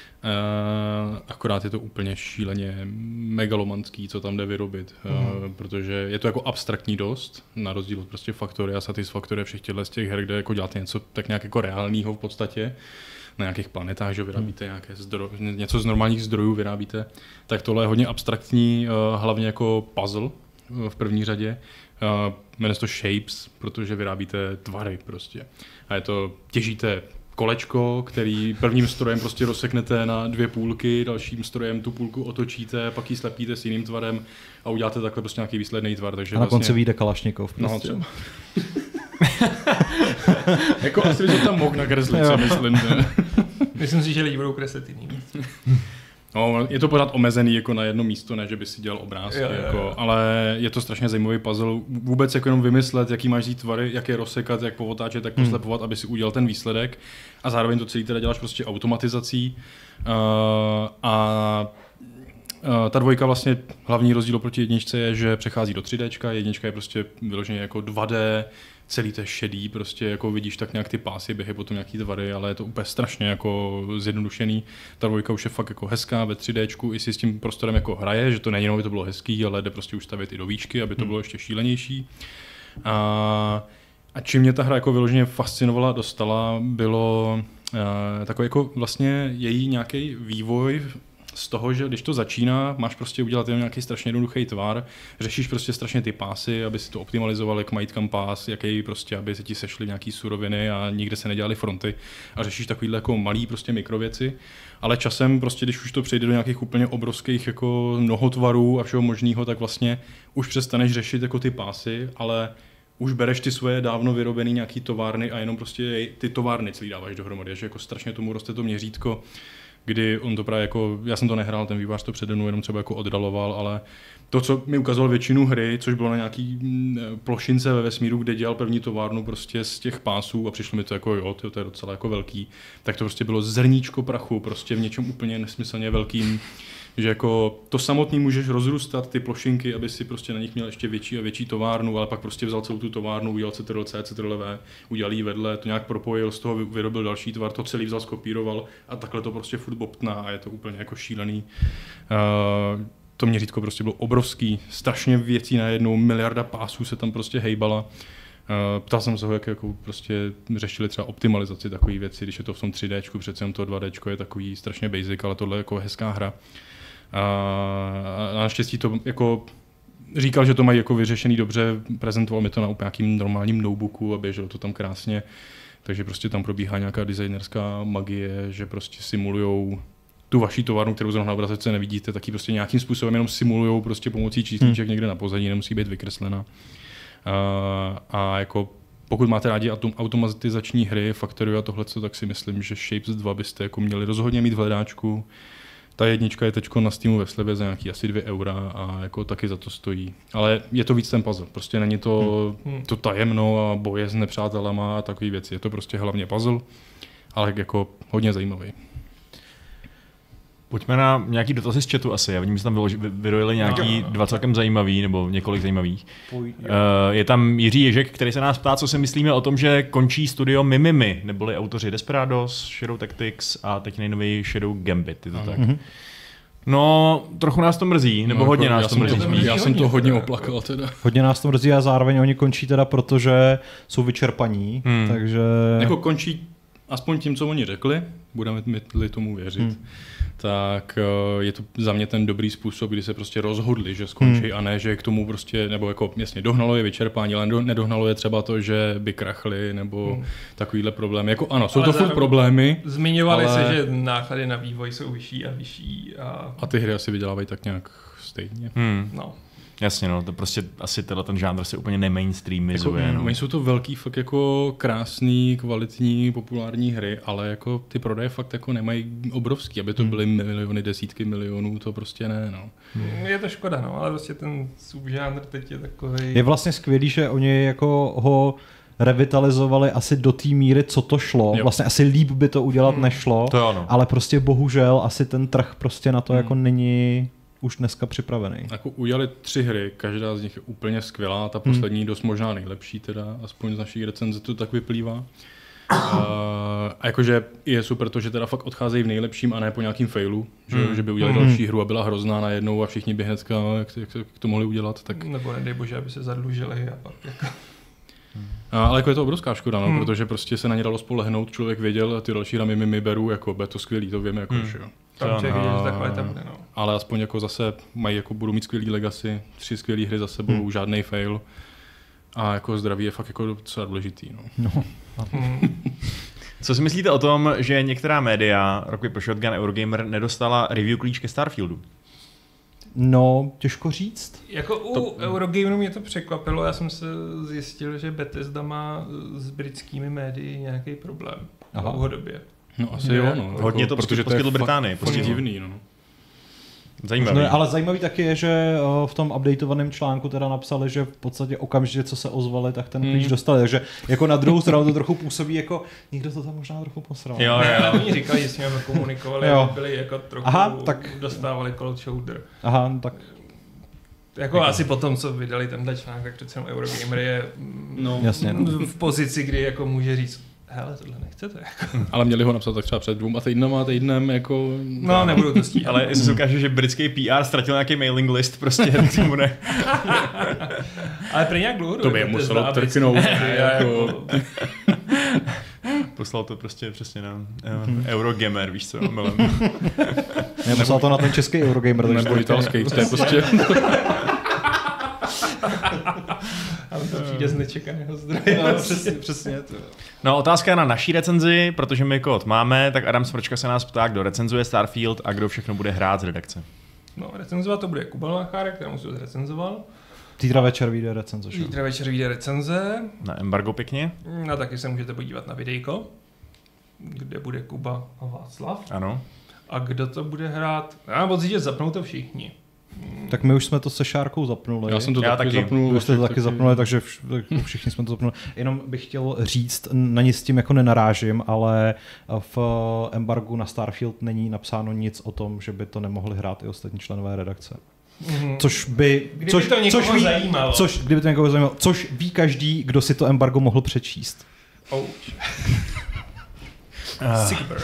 Akorát je to úplně šíleně megalomanský, co tam jde vyrobit, protože je to jako abstraktní dost, na rozdíl od prostě Factoria, Satisfactory, všech z těch her, kde jako děláte něco tak nějak jako reálného v podstatě, na nějakých planetách, že vyrábíte nějaké něco z normálních zdrojů vyrábíte, tak tohle je hodně abstraktní, hlavně jako puzzle v první řadě. Jmenuje se to Shapes, protože vyrábíte tvary prostě. A je to, těžíte kolečko, který prvním strojem prostě rozseknete na 2 půlky, dalším strojem tu půlku otočíte, pak ji slepíte s jiným tvarem a uděláte takhle prostě nějaký výsledný tvar. Takže a na konci vyjde Kalašnikov. Prostě. No, jako asi by to tam mohl nakreslit, co myslím. Myslím si, že lidi budou kreslit jiný. No, je to pořád omezený jako na jedno místo, ne, že by si dělal obrázky, jako, ale je to strašně zajímavý puzzle. Vůbec jako jenom vymyslet, jaký máš jít tvary, jak je rozsekat, jak povotáčet, jak poslepovat, aby si udělal ten výsledek. A zároveň to celý teda děláš prostě automatizací. Ta 2 vlastně hlavní rozdíl oproti 1 je, že přechází do 3D, 1 je prostě vyloženě jako 2D, celý to je šedý, prostě jako vidíš tak nějak ty pásy, běhy potom nějaký tvary, ale je to úplně strašně jako zjednodušený. Ta 2 už je fakt jako hezká ve 3D, i si s tím prostorem jako hraje, že to není jenom, aby to bylo hezký, ale jde prostě už stavět i do výšky, aby to bylo ještě šílenější. A čím mě ta hra jako vyloženě fascinovala, dostala, bylo takový jako vlastně její nějaký vývoj z toho, že když to začíná, máš prostě udělat jenom nějaký strašně jednoduchý tvar, řešíš prostě strašně ty pásy, aby si to optimalizoval, jak mají kam pás, jaký prostě, aby se ti sešly nějaký suroviny a nikde se nedělaly fronty a řešíš takovýhle jako malý prostě mikrověci, ale časem prostě, když už to přejde do nějakých úplně obrovských jako nohotvarů a všeho možného, tak vlastně už přestaneš řešit jako ty pásy, ale už bereš ty svoje dávno vyrobené nějaký továrny a jenom prostě ty továrny celý dáváš dohromady, že jako strašně tomu roste to měřítko, kdy on to právě jako, já jsem to nehrál, ten vývojář to přede mnou jenom třeba jako oddaloval, ale to, co mi ukazoval většinu hry, což bylo na nějaký plošince ve vesmíru, kde dělal první továrnu prostě z těch pásů a přišlo mi to jako jo, to je docela jako velký, tak to prostě bylo zrníčko prachu, prostě v něčem úplně nesmyslně velkým, že jako to samotný můžeš rozrůstat ty plošinky, aby si prostě na nich měl ještě větší a větší továrnu, ale pak prostě vzal celou tu továrnu, udělal Ctrl-C, Ctrl-V, udělal jí vedle, to nějak propojil, z toho vyrobil další tvar, to celý vzal, skopíroval a takhle to prostě furt bobtná a je to úplně jako šílený. To měřítko prostě bylo obrovský, strašně věcí najednou, miliarda pásů se tam prostě hejbala. Ptal jsem se ho, jak jako prostě řešili třeba optimalizaci takové věci, když je to v tom 3Dčku, přece jenom to 2Dčko je takový strašně basic, ale tohle je jako hezká hra. A naštěstí to jako říkal, že to mají jako vyřešený dobře, prezentoval mi to na nějakým normálním notebooku a běželo to tam krásně, takže prostě tam probíhá nějaká designerská magie, že prostě simulujou tu vaši továrnu, kterou zrovna na obrazovce nevidíte, taky prostě nějakým způsobem jenom simulujou prostě pomocí čísliček někde na pozadí, nemusí být vykreslena. A jako pokud máte rádi automatizační hry, Factorio a tohleto, tak si myslím, že Shapes 2 byste jako měli rozhodně mít v hledáčku. Ta jednička je teď na Steamu ve slevě za nějaký asi 2 € a jako taky za to stojí. Ale je to víc ten puzzle. Prostě není to tajemno a boje s nepřátelama a takové věci. Je to prostě hlavně puzzle, ale jako hodně zajímavý. Pojďme na nějaký dotazy z chatu asi. Já vidím, že tam vyrojili nějaký dva celkem zajímavý, nebo několik zajímavých. Je tam Jiří Ježek, který se nás ptá, co si myslíme o tom, že končí studio Mimimi, neboli autoři Desperados, Shadow Tactics a teď nejnověji Shadow Gambit. Je to tak? No, trochu nás to mrzí, nebo hodně nás to mrzí. Já jsem to hodně oplakal teda. Hodně nás to mrzí a zároveň oni končí teda, protože jsou vyčerpaní, takže... Jako končí aspoň tím, co oni řekli, budeme-li tomu věřit. Tak je to za mě ten dobrý způsob, kdy se prostě rozhodli, že skončí a ne, že k tomu prostě, nebo jako jasně dohnalo je vyčerpání, ale nedohnalo je třeba to, že by krachli, nebo takovýhle problémy. Jako ano, jsou ale to furt problémy. Zmiňovali se, že náklady na vývoj jsou vyšší a vyšší. A ty hry asi vydělávají tak nějak stejně. No. Jasně, no, to prostě asi ten žánr se úplně nemainstreamizuje. Jako, no. Jsou to velký, fakt jako krásný, kvalitní, populární hry, ale jako ty prodeje fakt jako nemají obrovský, aby to byly miliony, desítky milionů, to prostě ne, no. Je to škoda, no, ale prostě ten subžánr teď je takovej... Je vlastně skvělý, že oni jako ho revitalizovali asi do té míry, co to šlo. Jo. Vlastně asi líp by to udělat nešlo, to ano. Ale prostě bohužel asi ten trh prostě na to jako není už dneska připravený. Jako udělali 3 hry, každá z nich je úplně skvělá, ta poslední dost možná nejlepší teda, aspoň z našich recenzí to tak vyplývá. A jakože je super to, že teda fakt odcházejí v nejlepším a ne po nějakým failu, že by udělali další hru a byla hrozná najednou a všichni by hnedka jak to mohli udělat. Tak... Nebo nedej bože, aby se zadlužili a pak jako... Ale jako je to obrovská škoda, no, protože prostě se na ně dalo spolehnout, člověk věděl, ty další ramy mi beru, jako bude to skvělý, to víme, jako že jo. Tam člověk viděl, že ta kvalita bude, no. Ale aspoň jako zase mají, jako budou mít skvělý legacy, 3 skvělé hry za sebou, žádnej fail. A jako zdraví je fakt jako docela důležitý, no. Co si myslíte o tom, že některá média, Rocky Pro Shotgun, Eurogamer, nedostala review klíč ke Starfieldu? No, těžko říct. Jako u Eurogameru mě to překvapilo, já jsem se zjistil, že Bethesda má s britskými médii nějaký problém dlouhodobě. No asi jo, no. Hodně to protože poskytl Británii. Prostě divný, no. Zajímavý. No, ale zajímavý taky je, že v tom updateovaném článku teda napsali, že v podstatě okamžitě, co se ozvali, tak ten klíč dostali. Takže jako na druhou stranu to trochu působí jako, někdo to tam možná trochu posral. Jo. Oni říkali, že s nimi komunikovali, byli jako trochu, dostávali cold shoulder. Tak. Jako asi potom, co vydali tenhle článek, tak přece Eurogamer je jasně, v pozici, kdy jako může říct, hele, tohle nechcete. Ale měli ho napsat tak třeba před 2 týdnem jako... No, nebudu to stíhat. Ale jestli se ukáže, že britský PR ztratil nějaký mailing list, prostě tak to bude. Ale pro nějak dlouho. To by je muselo trknout. Jako... Poslal to prostě přesně na Eurogamer, víš co, omylem. Poslal to na ten český Eurogamer. Nebo italský, to je prostě... Ale to přijde z nečekaného zdroje. No, přesně to. No, otázka na naší recenzi, protože my kód máme, tak Adam Smrčka se nás ptá, kdo recenzuje Starfield a kdo všechno bude hrát z redakce. No, recenzovat to bude Kuba Machára, kterému se zrecenzoval. Zítra večer vyjde recenze. Zítra večer vyjde recenze. Na embargo pěkně. A taky se můžete podívat na videjko, kde bude Kuba a Václav. Ano. A kdo to bude hrát? Já pocit, že zapnou to všichni. Tak my už jsme to se Šárkou zapnuli. Já jsem to taky zapnul. Vy jste to taky zapnuli, takže všichni jsme to zapnuli. Jenom bych chtěl říct, na nic s tím jako nenarážím, ale v embargu na Starfield není napsáno nic o tom, že by to nemohli hrát i ostatní členové redakce. Mm-hmm. Což by to někoho zajímalo. Kdyby to někoho zajímalo. Což ví každý, kdo si to embargo mohl přečíst. Sick burn.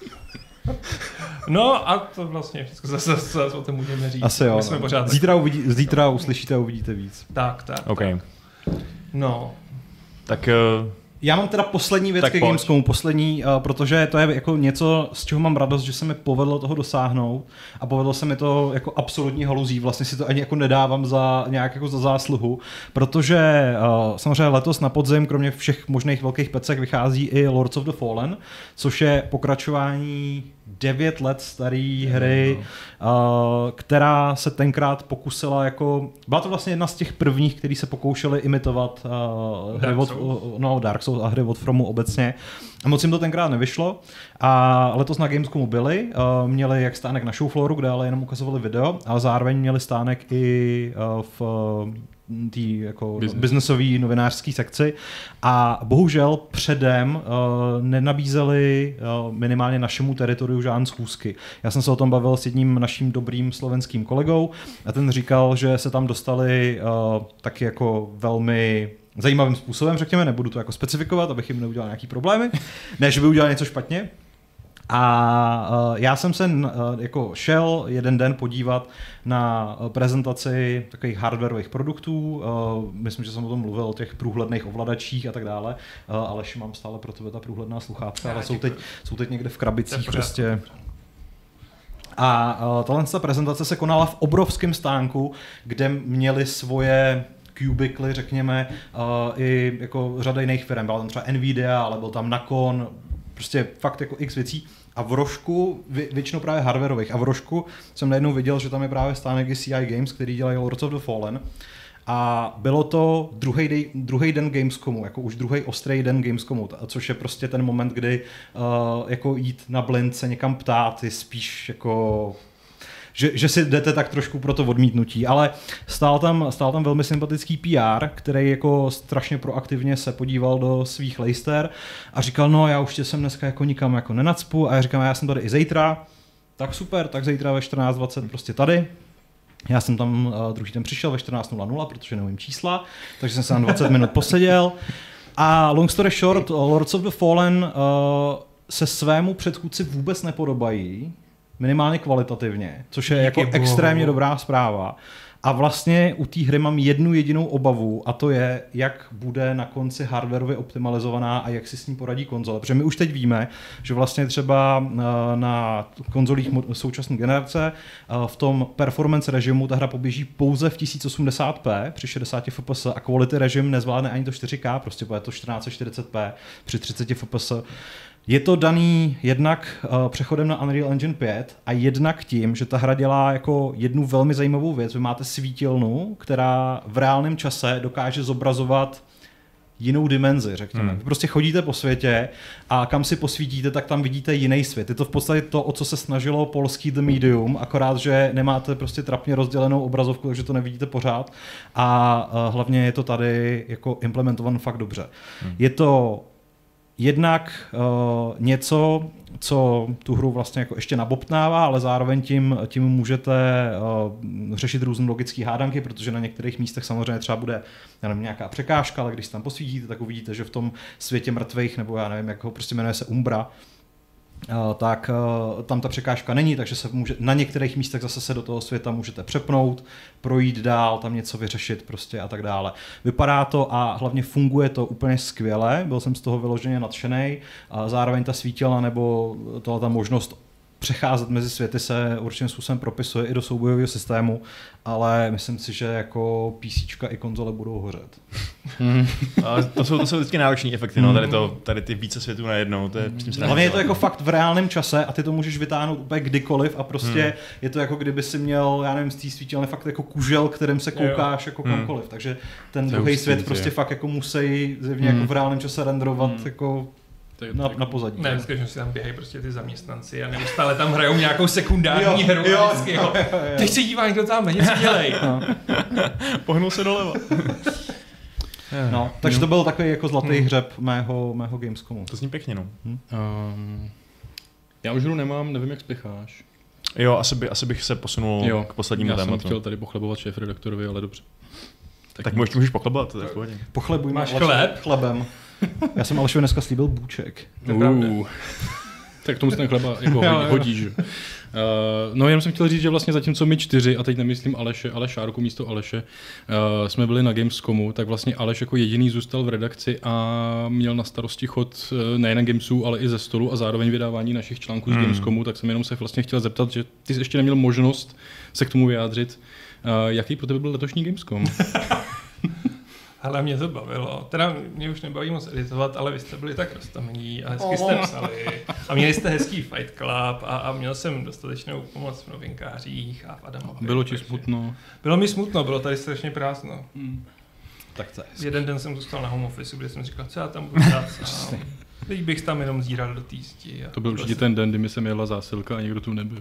No a to vlastně všechno zase o tom můžeme říct. Asi jo. Zítra uslyšíte a uvidíte víc. Tak. Okay. No. Tak... Já mám teda poslední věc ke Gamescomu, protože to je jako něco, z čeho mám radost, že se mi povedlo toho dosáhnout a povedlo se mi to jako absolutní haluzí, vlastně si to ani jako nedávám za nějak jako za zásluhu, protože samozřejmě letos na podzim, kromě všech možných velkých pecek, vychází i Lords of the Fallen, což je pokračování 9 let staré hry, která se tenkrát pokusila jako... Byla to vlastně jedna z těch prvních, který se pokoušeli imitovat Dark Souls a hry od Fromu obecně. A moc jim to tenkrát nevyšlo. A letos na Gamescomu byli. Měli jak stánek na showflooru, kde ale jenom ukazovali video, ale zároveň měli stánek i v té jako businessové novinářské sekci a bohužel předem nenabízeli minimálně našemu teritoriu žádné schůzky. Já jsem se o tom bavil s jedním naším dobrým slovenským kolegou a ten říkal, že se tam dostali taky jako velmi zajímavým způsobem, řekněme, nebudu to jako specifikovat, abych jim neudělal nějaký problémy, ne, že by udělal něco špatně. A já jsem se jako šel jeden den podívat na prezentaci takových hardwareových produktů. Myslím, že jsem o tom mluvil, o těch průhledných ovladačích a tak dále. Aleš, mám stále pro tebe ta průhledná sluchátka, ale jsou teď někde v krabicích prostě. A tato prezentace se konala v obrovském stánku, kde měli svoje cubicly, řekněme, i jako řada jiných firm. Byla tam třeba Nvidia, ale byl tam Nakon, prostě fakt jako x věcí. A v rožku, většinou právě hardwareových, a v rožku jsem najednou viděl, že tam je právě stánek CI Games, který dělají Lords of the Fallen. A bylo to druhý den Gamescomu, jako už druhý ostrý den Gamescomu, což je prostě ten moment, kdy jako jít na blind se někam ptát je spíš jako... Že si jdete tak trošku pro to odmítnutí, ale stál tam velmi sympatický PR, který jako strašně proaktivně se podíval do svých lejster a říkal, no já už tě jsem dneska jako nikam jako nenacpu a já říkám, já jsem tady i zítra, tak super, tak zítra ve 14:20 prostě tady. Já jsem tam druhý den přišel ve 14:00, protože nevím čísla, takže jsem se tam 20 minut poseděl a long story short, Lords of the Fallen se svému předchůdci vůbec nepodobají, minimálně kvalitativně, což je jako extrémně dobrá zpráva. A vlastně u té hry mám jednu jedinou obavu a to je, jak bude na konci hardwarově optimalizovaná a jak si s ní poradí konzole. Protože my už teď víme, že vlastně třeba na konzolích současné generace v tom performance režimu ta hra poběží pouze v 1080p při 60 fps a quality režim nezvládne ani to 4K, prostě bude to 1440p při 30 fps. Je to daný jednak přechodem na Unreal Engine 5 a jednak tím, že ta hra dělá jako jednu velmi zajímavou věc. Vy máte svítilnu, která v reálném čase dokáže zobrazovat jinou dimenzi, řekněme. Vy prostě chodíte po světě a kam si posvítíte, tak tam vidíte jiný svět. Je to v podstatě to, o co se snažilo polský The Medium, akorát, že nemáte prostě trapně rozdělenou obrazovku, takže to nevidíte pořád a hlavně je to tady jako implementovan fakt dobře. Je to jednak něco, co tu hru vlastně jako ještě nabobtnává, ale zároveň tím můžete řešit různé logické hádanky, protože na některých místech samozřejmě třeba bude nějaká překážka, ale když se tam posvítíte, tak uvidíte, že v tom světě mrtvých, nebo já nevím, jak ho prostě jmenuje se Umbra, tak tam ta překážka není, takže se na některých místech zase se do toho světa můžete přepnout, projít dál, tam něco vyřešit prostě a tak dále. Vypadá to a hlavně funguje to úplně skvěle, byl jsem z toho vyloženě nadšenej a zároveň ta svítilna nebo ta možnost přecházet mezi světy se určitým způsobem propisuje i do soubojového systému, ale myslím si, že jako PCčka i konzole budou hořet. A to jsou vždycky náročné efekty, tady ty více světů najednou. Hlavně je to jako fakt v reálném čase a ty to můžeš vytáhnout úplně kdykoliv a prostě je to jako kdyby si měl, já nevím, z té svítilny fakt jako kužel, kterým se koukáš jako kamkoliv, takže ten druhý svět prostě fakt jako musí zjevně jako v reálném čase renderovat jako na pozadí. Ne, že si tam běhají prostě ty zaměstnanci a neustále tam hrajou nějakou sekundární hru. Jo. Teď se dívá někdo tam, něco dělej. Pohnul se doleva. No, takže to byl takový jako zlatý hřeb mého Gamescomu. To zní pěkně, no. Já už hru nemám, nevím, jak spěcháš. Jo, asi bych se posunul k poslednímu tématu. Já jsem chtěl tady pochlebovat šéfredaktorovi, ale dobře. Tak můžeš pochlebovat, to je v pohodě. Pochlebuj, máš chleb? Chlebem. Já jsem Alešovi dneska slíbil bůček. Tak tomu se ten chleba jako hodí, že? No jenom jsem chtěl říct, že vlastně zatímco my 4, a teď nemyslím Aleše, ale Šárku místo Aleše, jsme byli na Gamescomu, tak vlastně Aleš jako jediný zůstal v redakci a měl na starosti chod nejen Gamesů, ale i ze stolu a zároveň vydávání našich článků z Gamescomu, tak jsem jenom se vlastně chtěl zeptat, že ty jsi ještě neměl možnost se k tomu vyjádřit. Jaký pro tebe byl letošní Gamescom? Ale mě to bavilo. Teda mě už nebaví moc editovat, ale vy jste byli tak roztomilí a hezky jste psali. A měli jste hezký Fight Club a měl jsem dostatečnou pomoc v novinkářích a v Adamovi. Bylo ti smutno? Bylo mi smutno, bylo tady strašně prázdno. Tak to je. Jeden den jsem zůstal na home office, kde jsem říkal, co já tam budu dělat sám. Teď bych tam jenom zíral do té zdi. To byl určitě ten den, kdy mi sem jela zásilka a nikdo tu nebyl.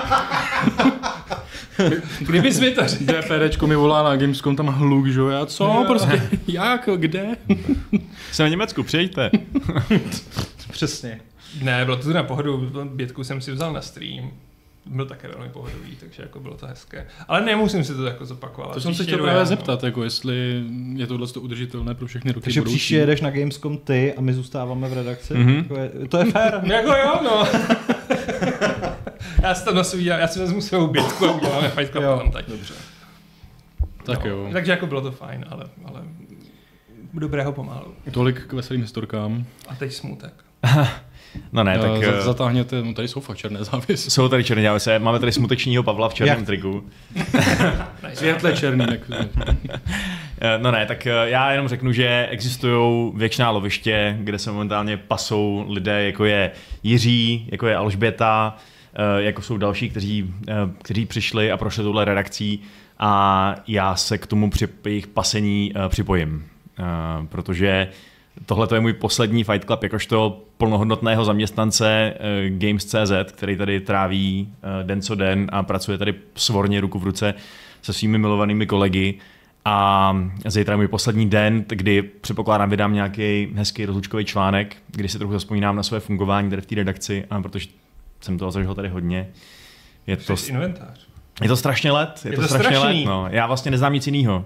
Kdybys mi to řekl. DPDčko mi volá na Gamescom, tam hluk, že jo? Já co? Prostě, jak? Kde? Jsem v Německu, přijďte. Přesně. Ne, bylo to na pohodu, Bětku jsem si vzal na stream. Byl také velmi pohodový, takže jako bylo to hezké. Ale nemusím si to jako zopakovat. To jsem se chtěl právě zeptat, jako jestli je tohle udržitelné pro všechny roky. Takže příště jedeš na Gamescom ty a my zůstáváme v redakci. To je fér. Jako jo, no. Já si tam já si vezmu svou Bětku a uděláme Fight Club tam tak. Dobře. Tak jo. Takže jako bylo to fajn, ale dobrého pomalu. Tolik k veselým historkám. A teď smutek. No ne, tak... Zatáhněte, no tady jsou fakt černé závisy. Jsou tady černé závisy, máme tady smutečního Pavla v černém triku. Světle černý. No ne, tak já jenom řeknu, že existují věčná loviště, kde se momentálně pasou lidé, jako je Jiří, jako je Alžběta, jako jsou další, kteří přišli a prošli touhle redakcí a já se k tomu při jejich pasení připojím, protože tohle je můj poslední Fight Club jakožto plnohodnotného zaměstnance Games.cz, který tady tráví den co den a pracuje tady svorně ruku v ruce se svými milovanými kolegy. A zítra je můj poslední den, kdy předpokládám vydám nějaký hezký rozlučkový článek, kdy si trochu zazpomínám na své fungování tady v té redakci, a protože jsem toho zažil tady hodně. Je to strašně let. Je to strašně let, no. Já vlastně neznám nic jiného.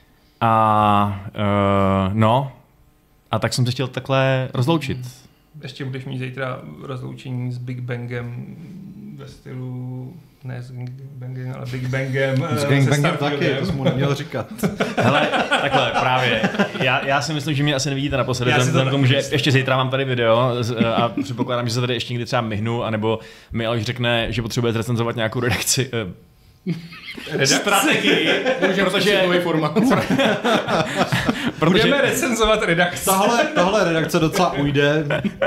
A tak jsem se chtěl takhle rozloučit. Ještě budeš mít zítra rozloučení s Big Bangem ve stylu, ne s Big Bangem, ale Big Bangem. S Big Bangem taky, to jsem mu neměl říkat. Hele, takhle, právě. Já si myslím, že mě asi nevidíte naposledy, vzhledem k tomu, že ještě zítra mám tady video a předpokládám, že se tady ještě někdy třeba myhnu, anebo mi Aleš řekne, že potřebuje zrecenzovat nějakou redakci. Strategii, protože nový formát. Budeme recenzovat redakci. Tahle redakce docela ujde.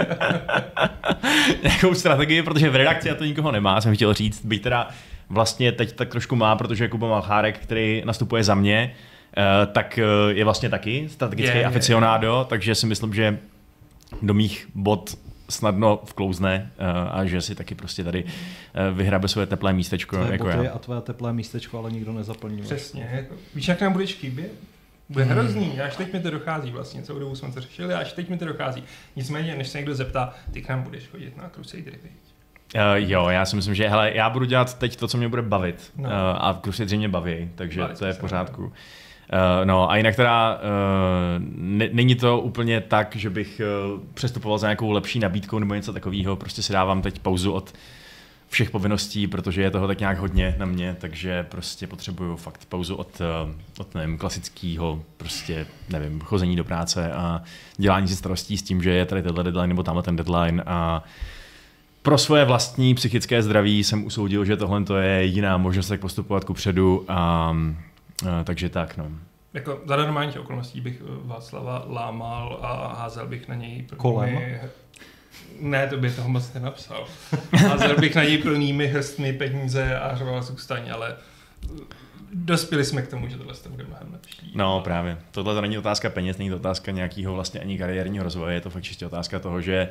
Nějakou strategii, protože v redakci já to nikoho nemá, jsem chtěl říct, byť teda vlastně teď tak trošku má, protože Kuba Malchárek, který nastupuje za mě, tak je vlastně taky strategický aficionádo, takže si myslím, že do mých bod snadno vklouzne a že si taky prostě tady vyhrabe svoje teplé místečko. Tvoje jako boty já. A tvoje teplé místečko, ale nikdo nezaplní. Přesně. Víš, jak nám budeš chybět? Bude hrozný, až teď mi to dochází vlastně, celou dobu jsme to řešili, až teď mi to dochází. Nicméně, než se někdo zeptá, ty k nám budeš chodit na Crusadery, viď? Jo, já si myslím, že hele, já budu dělat teď to, co mě bude bavit. No. A Crusadeři mě baví, takže Bavili to je jsme v se, pořádku. No a jinak teda není to úplně tak, že bych přestupoval za nějakou lepší nabídkou nebo něco takového, prostě si dávám teď pauzu od všech povinností, protože je toho tak nějak hodně na mě, takže prostě potřebuju fakt pauzu od nevím, klasického prostě, nevím, chození do práce a dělání si starostí s tím, že je tady tenhle deadline nebo tamhle ten deadline a pro svoje vlastní psychické zdraví jsem usoudil, že tohle to je jediná možnost, jak postupovat kupředu a takže tak, no. Jako za normálních okolností bych Václava lámal a házel bych na něj Kolem? Ne, to by toho moc nenapsal. Házel bych na něj plnými hrstmi peníze a řval zůstaň, ale dospěli jsme k tomu, že tohle bude mnohem lepší. No právě. Tohle to není otázka peněz, není to otázka nějakého vlastně ani kariérního rozvoje, je to fakt čistě otázka toho, že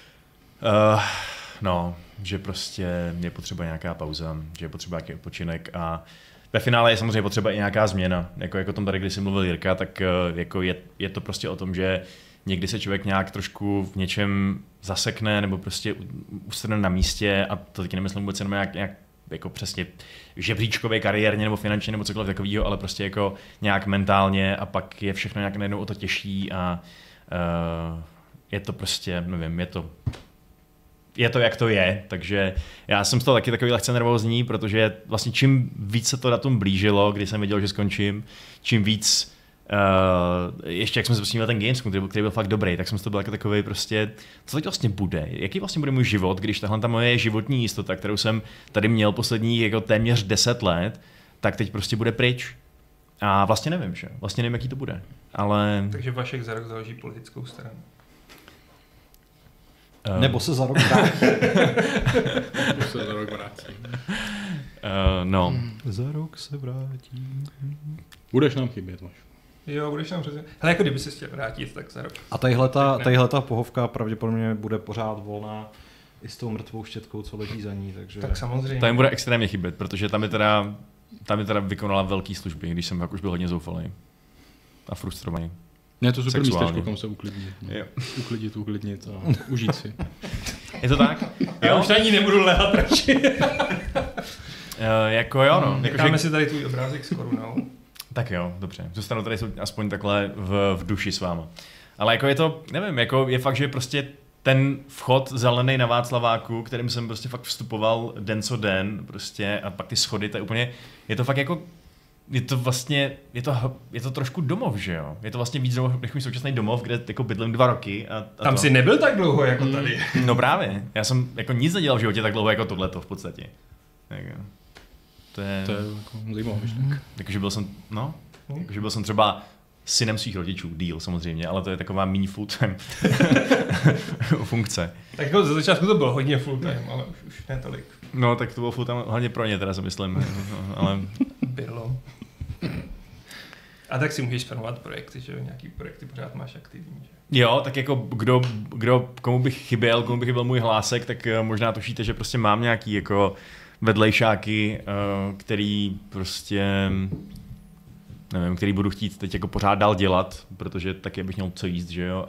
že prostě je potřeba nějaká pauza, že je potřeba nějaký odpočinek a ve finále je samozřejmě potřeba i nějaká změna. Jako tom tady kdysi mluvil Jirka, tak jako je to prostě o tom, že někdy se člověk nějak trošku v něčem zasekne nebo prostě ustrne na místě a to taky nemyslím vůbec jenom nějak jako přesně žebříčkově, kariérně nebo finančně nebo cokoliv takového, ale prostě jako nějak mentálně a pak je všechno nějak najednou o to těžší a je to prostě, nevím, je to, jak to je, takže já jsem z toho taky takový lehce nervózní, protože vlastně čím víc se to datum blížilo, kdy jsem věděl, že skončím, čím víc, ještě jak jsme se posměli ten Gamescom, který byl fakt dobrý, tak jsem z toho byl jako takový prostě, co teď vlastně bude, jaký vlastně bude můj život, když tahle ta moje životní jistota, kterou jsem tady měl posledních jako téměř 10 let, tak teď prostě bude pryč. A vlastně nevím, že? Vlastně nevím, jaký to bude, ale... Takže Vašek za rok založí politickou stranu. Nebo se za rok vrátí. No. Za rok se vrátí. Budeš nám chybět, Vaš. Jo, budeš nám přesně. Hele, jako kdyby se chtěl vrátit, tak za rok. A tadyhleta pohovka pravděpodobně bude pořád volná i s tou mrtvou štětkou, co leží za ní, takže... Tak samozřejmě. To jim bude extrémně chybět, protože tam je teda vykonala velký služby, když jsem pak už byl hodně zoufalý a frustrovaný. Ne, to super Sexuálně. místečko, kam se uklidnit. No. Jo. Uklidnit a užít si. Je to tak? Já už na ní nebudu lehat radši. Jako jo, no. Necháme si tady tvůj obrázek s korunou. Tak jo, dobře. Zůstanu tady aspoň takhle v duši s váma. Ale jako je to, nevím, jako je fakt, že prostě ten vchod zelený na Václaváku, kterým jsem prostě fakt vstupoval den co den, prostě a pak ty schody, to je úplně, je to fakt jako, je to vlastně, je to trošku domov, že jo? Je to vlastně víc domov, než můj současný domov, kde jako bydlím 2 roky. A tam to. si nebyl tak dlouho jako tady. No právě, já jsem jako nic nedělal v životě tak dlouho jako tohleto v podstatě. Tak jo. To je jako zajímavá myšlenka. Jakože byl jsem třeba synem svých rodičů, deal samozřejmě, ale to je taková mini full-time funkce. Tak jako za začátku to bylo hodně full-time, ale už ne tolik. No tak to bylo full-time hlavně pro ně, teda si myslím, ale... Bylo. A tak si můžeš spanovat projekty, že jo? Nějaký projekty pořád máš aktivní, že? Jo, tak jako komu bych chyběl můj hlásek, tak možná tušíte, že prostě mám nějaký jako vedlejšáky, který prostě, nevím, který budu chtít teď jako pořád dál dělat, protože taky bych měl co jíst, že jo,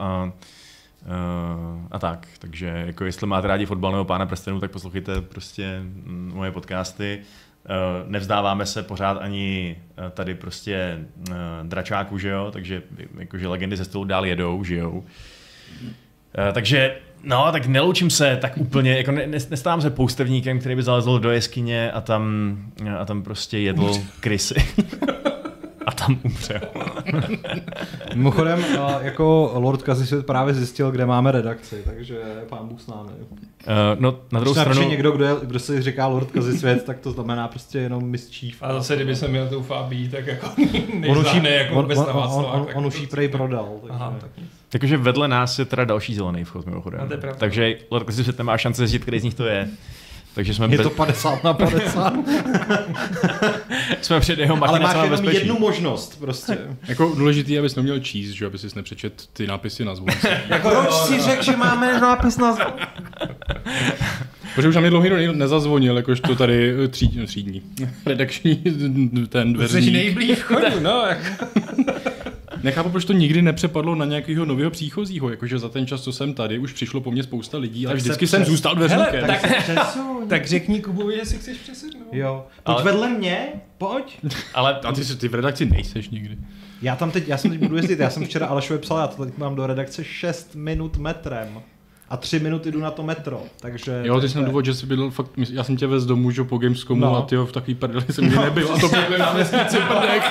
a tak, takže jako jestli máte rádi fotbal nebo Pána prstenů, tak poslouchejte prostě moje podcasty. Nevzdáváme se pořád ani tady prostě dračáku, že jo, takže jakože legendy ze stolu dál jedou, žijou. Takže no, tak neloučím se tak úplně, jako nestávám se poustevníkem, který by zalezl do jeskyně a tam prostě jedl krysy. A tam umřel. Mimochodem, jako Lord Kazisvět právě zjistil, kde máme redakci, takže pán Bůh s námi. No, na druhou stranu... někdo, kdo si říká Lord Kazisvět, tak to znamená prostě jenom mischief. A zase, kdyby jsem měl tou Fábí, tak jako nejznáme jako bez Václava. On už jí prej prodal. Takže... Aha, tak nic. Takže vedle nás je teda další zelený vchod, mimochodem. Takže Lord Kazisvět nemá šanci zjistit, který z nich to je. Takže jsme to 50/50. Jsme před jeho machinacemi bezpečí. Ale máš jenom jednu možnost prostě. Jako důležitý, abys neměl číst, že aby si nepřečet ty nápisy na zvonce. Jako proč si řekl, že máme nápis na zvonce? Protože už na mě dlouho nezazvonil, jakožto tady třídní, redakční ten dveřník. Jsi nejblíž v chodu, no. Nechápu, proč to nikdy nepřepadlo na nějakého nového příchozího, jakože za ten čas, co jsem tady, už přišlo po mně spousta lidí, ale vždycky jsem zůstal dveřníkem. Tak řekni Kubovi, že si chceš přesednout. Jo. Pojď vedle mě, pojď. Ale a ty v redakci nejseš nikdy. Já jsem teď budu jezdit, já jsem včera Alešovi psal, já teď mám do redakce 6 minut metrem. A 3 minuty jdu na to metro, takže... Jo, ty jsi na důvod, že jsi bydl fakt, já jsem tě vez domů, že po Gamescomu a tyjo, v takový prdeli jsem nikdy nebyl a to byl na vesnici Prdek.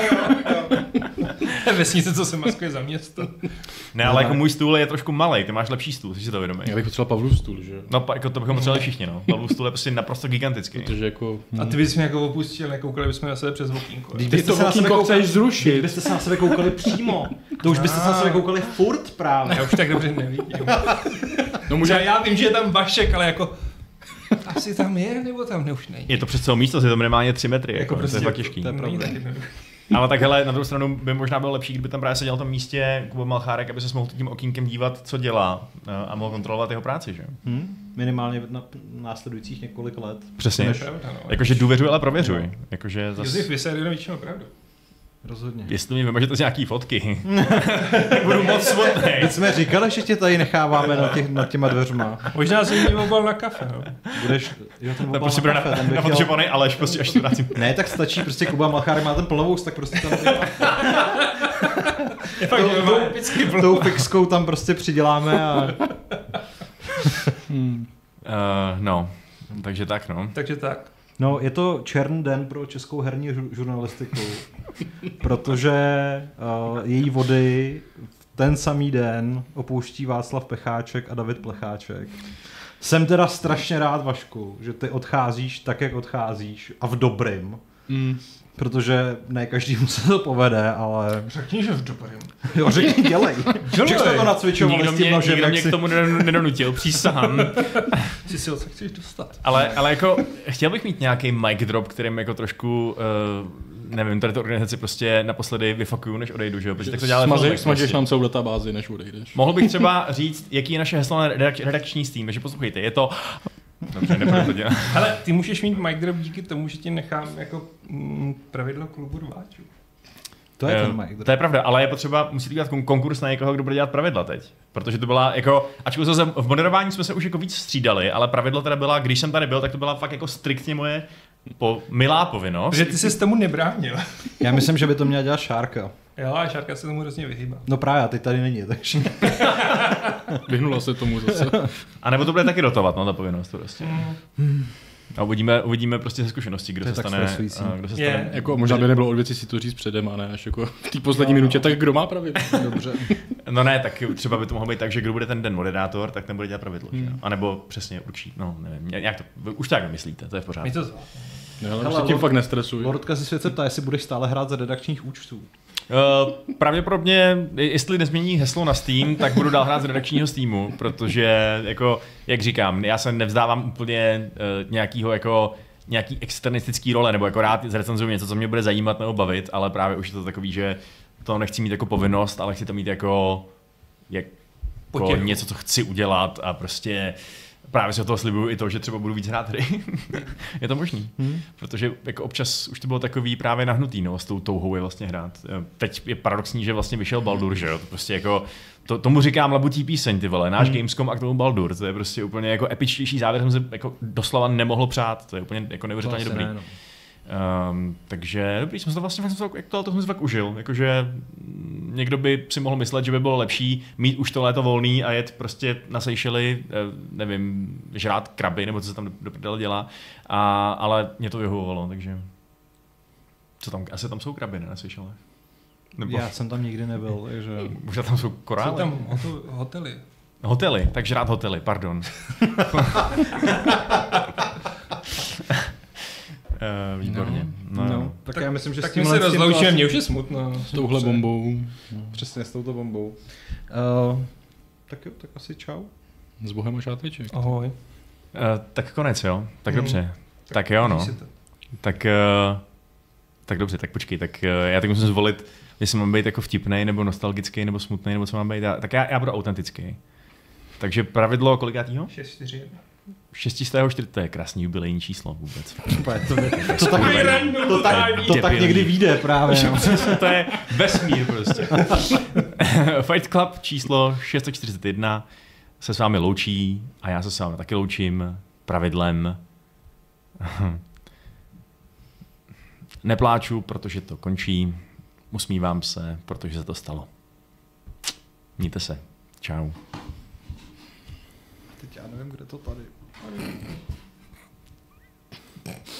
Vesnice, co se maskuje za město. Ne, ale jako můj stůl je trošku malej, ty máš lepší stůl, jsi si to vědomý. Já bych potřeboval Pavlův stůl, že jo? No, jako to bychom potřebovali všichni, no. Pavlův stůl je prostě naprosto gigantický. Protože jako... A ty bys mě jako opustil, nekoukali bychom na sebe přes okýnko. Ty to okýnko chceš zrušit. Kdybyste se na sebe koukali přímo. To už byste se na sebe koukali furt právě. Já už tak dobře nevidím. No může... Já vím, že je tam Vašek, ale jako... Asi tam je, nebo tam už není. Je to přes celou místo, je to minimálně 3 metry, jako prostě, to je fakt těžký. To je pravda. Ale tak hele, na druhou stranu by možná bylo lepší, kdyby tam právě seděl v tom místě Kuba Malchárek, aby se mohl tím okýnkem dívat, co dělá a mohl kontrolovat jeho práci, že? Minimálně na následujících několik let. Přesně. Jakože důvěřuj, ale prověřuj. Jakože Josef Vyser jenom většinou pravdu. Rozhodně. Jestli mi vymažete z nějaký fotky, budu moc smutný. Teď jsme říkali, že tě tady necháváme nad těma dveřma. Možná si mě obal na kafe, no. Budeš, jo, ten obal prostě na kafe, ten bych protože panej Aleš, prostě až se vrátím. Ne, tak stačí, prostě Kuba Malchárek má ten plnovous, tak prostě tam Je fakt, že má epický tou fixkou tam prostě přiděláme a... No, takže tak, no. Takže tak. No, je to černý den pro českou herní žurnalistiku, protože její vody v ten samý den opouští Václav Pecháček a David Plecháček. Jsem teda strašně rád, Vašku, že ty odcházíš tak, jak odcházíš a v dobrým. Protože ne každému se to povede, ale... Řekni, že v dobrým. Jo, řekni, dělej. Že jsme to nacvičovali s tím nožem, nikdo mě k tomu nedonutil, přísahám. Jsi si ho co chceš dostat. Ale jako, chtěl bych mít nějaký mic drop, kterým jako trošku, nevím, tady to organizaci prostě naposledy vyfakuju, než odejdu, že jo? Protože tak to děláme. Smažeš nám celou databázi, než odejdeš. Mohl bych třeba říct, jaký je naše heslo na redakční tým, takže poslouchejte, je to... Dobře, nebudu to dělat. Ale ty můžeš mít mic drop díky tomu, že ti nechám jako pravidlo klubu rváčů. To je ten mic drop. To je pravda, ale je potřeba, musíte dělat konkurs na někoho, kdo bude dělat pravidla teď. Protože to byla jako, ačkoliv v moderování jsme se už jako víc střídali, ale pravidlo teda byla, když jsem tady byl, tak to byla fakt jako striktně moje milá povinnost. Protože ty jsi tomu nebránil. Já myslím, že by to měla dělat Šárka. Jo, a Šárka se tomu hrozně vyhýbá. No právě, a teď tady není, takže... Vyhnula se tomu zase. A nebo to bude taky rotovat, no, ta povinnost prostě. A uvidíme prostě ze zkušenosti, kdo se stane. Jako možná by nebylo od věci si to říct předem, a ne až jako v té poslední minutě, tak kdo má pravidlo? Dobře. No ne, tak třeba by to mohlo být tak, že kdo bude ten den moderátor, tak ten bude dělat pravidlo. A nebo přesně určí, no nevím, jak to, už to jak nemyslíte, to je v pořádku. My to zvládneme. No, ale tím fakt nestresuj. Lordka si svět se ptá, jestli budeš stále hrát za redakčních účtů. Pravděpodobně, jestli nezmění heslo na Steam, tak budu dál hrát z redakčního Steamu, protože, jako, jak říkám, já se nevzdávám úplně nějaký externistický role, nebo jako rád zrecenzuju něco, co mě bude zajímat nebo bavit, ale právě už je to takový, že to nechci mít jako povinnost, ale chci to mít jako něco, co chci udělat a prostě právě si od toho slibuju i to, že třeba budu víc hrát hry. Je to možný. Protože jako občas už to bylo takový právě nahnutý, no, s tou touhou je vlastně hrát. Teď je paradoxní, že vlastně vyšel Baldur, že jo? To prostě jako, tomu říkám labutí píseň, ty vole, náš Gamescom a k tomu Baldur. To je prostě úplně jako epičtější závěr, jsem se jako doslova nemohl přát. To je úplně jako neuvěřitelně dobrý. Ne, no. Takže dobrý, jsem se to vlastně to jsem si fakt užil. Jakože někdo by si mohl myslet, že by bylo lepší mít už to léto volný a jet prostě na Seychely, nevím, žrát kraby, nebo co se tam do prdele dělá, ale mě to vyhovovalo, takže co tam, asi tam jsou kraby, ne, na Seychellech? Nebo... Já jsem tam nikdy nebyl, takže... Možná tam jsou korály? Jsou tam hotely. Hotely, tak žrát hotely, pardon. Výborně. No. Tak já myslím, že tak my se rozloučíme, mě už je smutno. S touhle bombou. Přesně s touto bombou. Tak jo, tak asi čau. S Bohem a šátviček. Ahoj. Tak konec, jo? Tak dobře. Tak jo, no. Tak dobře, tak počkej. Tak já tak musím zvolit, jestli mám být jako vtipnej, nebo nostalgický, nebo smutný, nebo co mám být. Tak já budu autentický. Takže pravidlo kolikátýho? 6-4-1. 604. To je krásný jubilejní číslo vůbec. To tak někdy vyjde právě. No. To je vesmír prostě. Fight Club číslo 641 se s vámi loučí a já se s vámi taky loučím pravidlem. Nepláču, protože to končí. Usmívám se, protože se to stalo. Mějte se. Čau. Teď já nevím, kde to tady.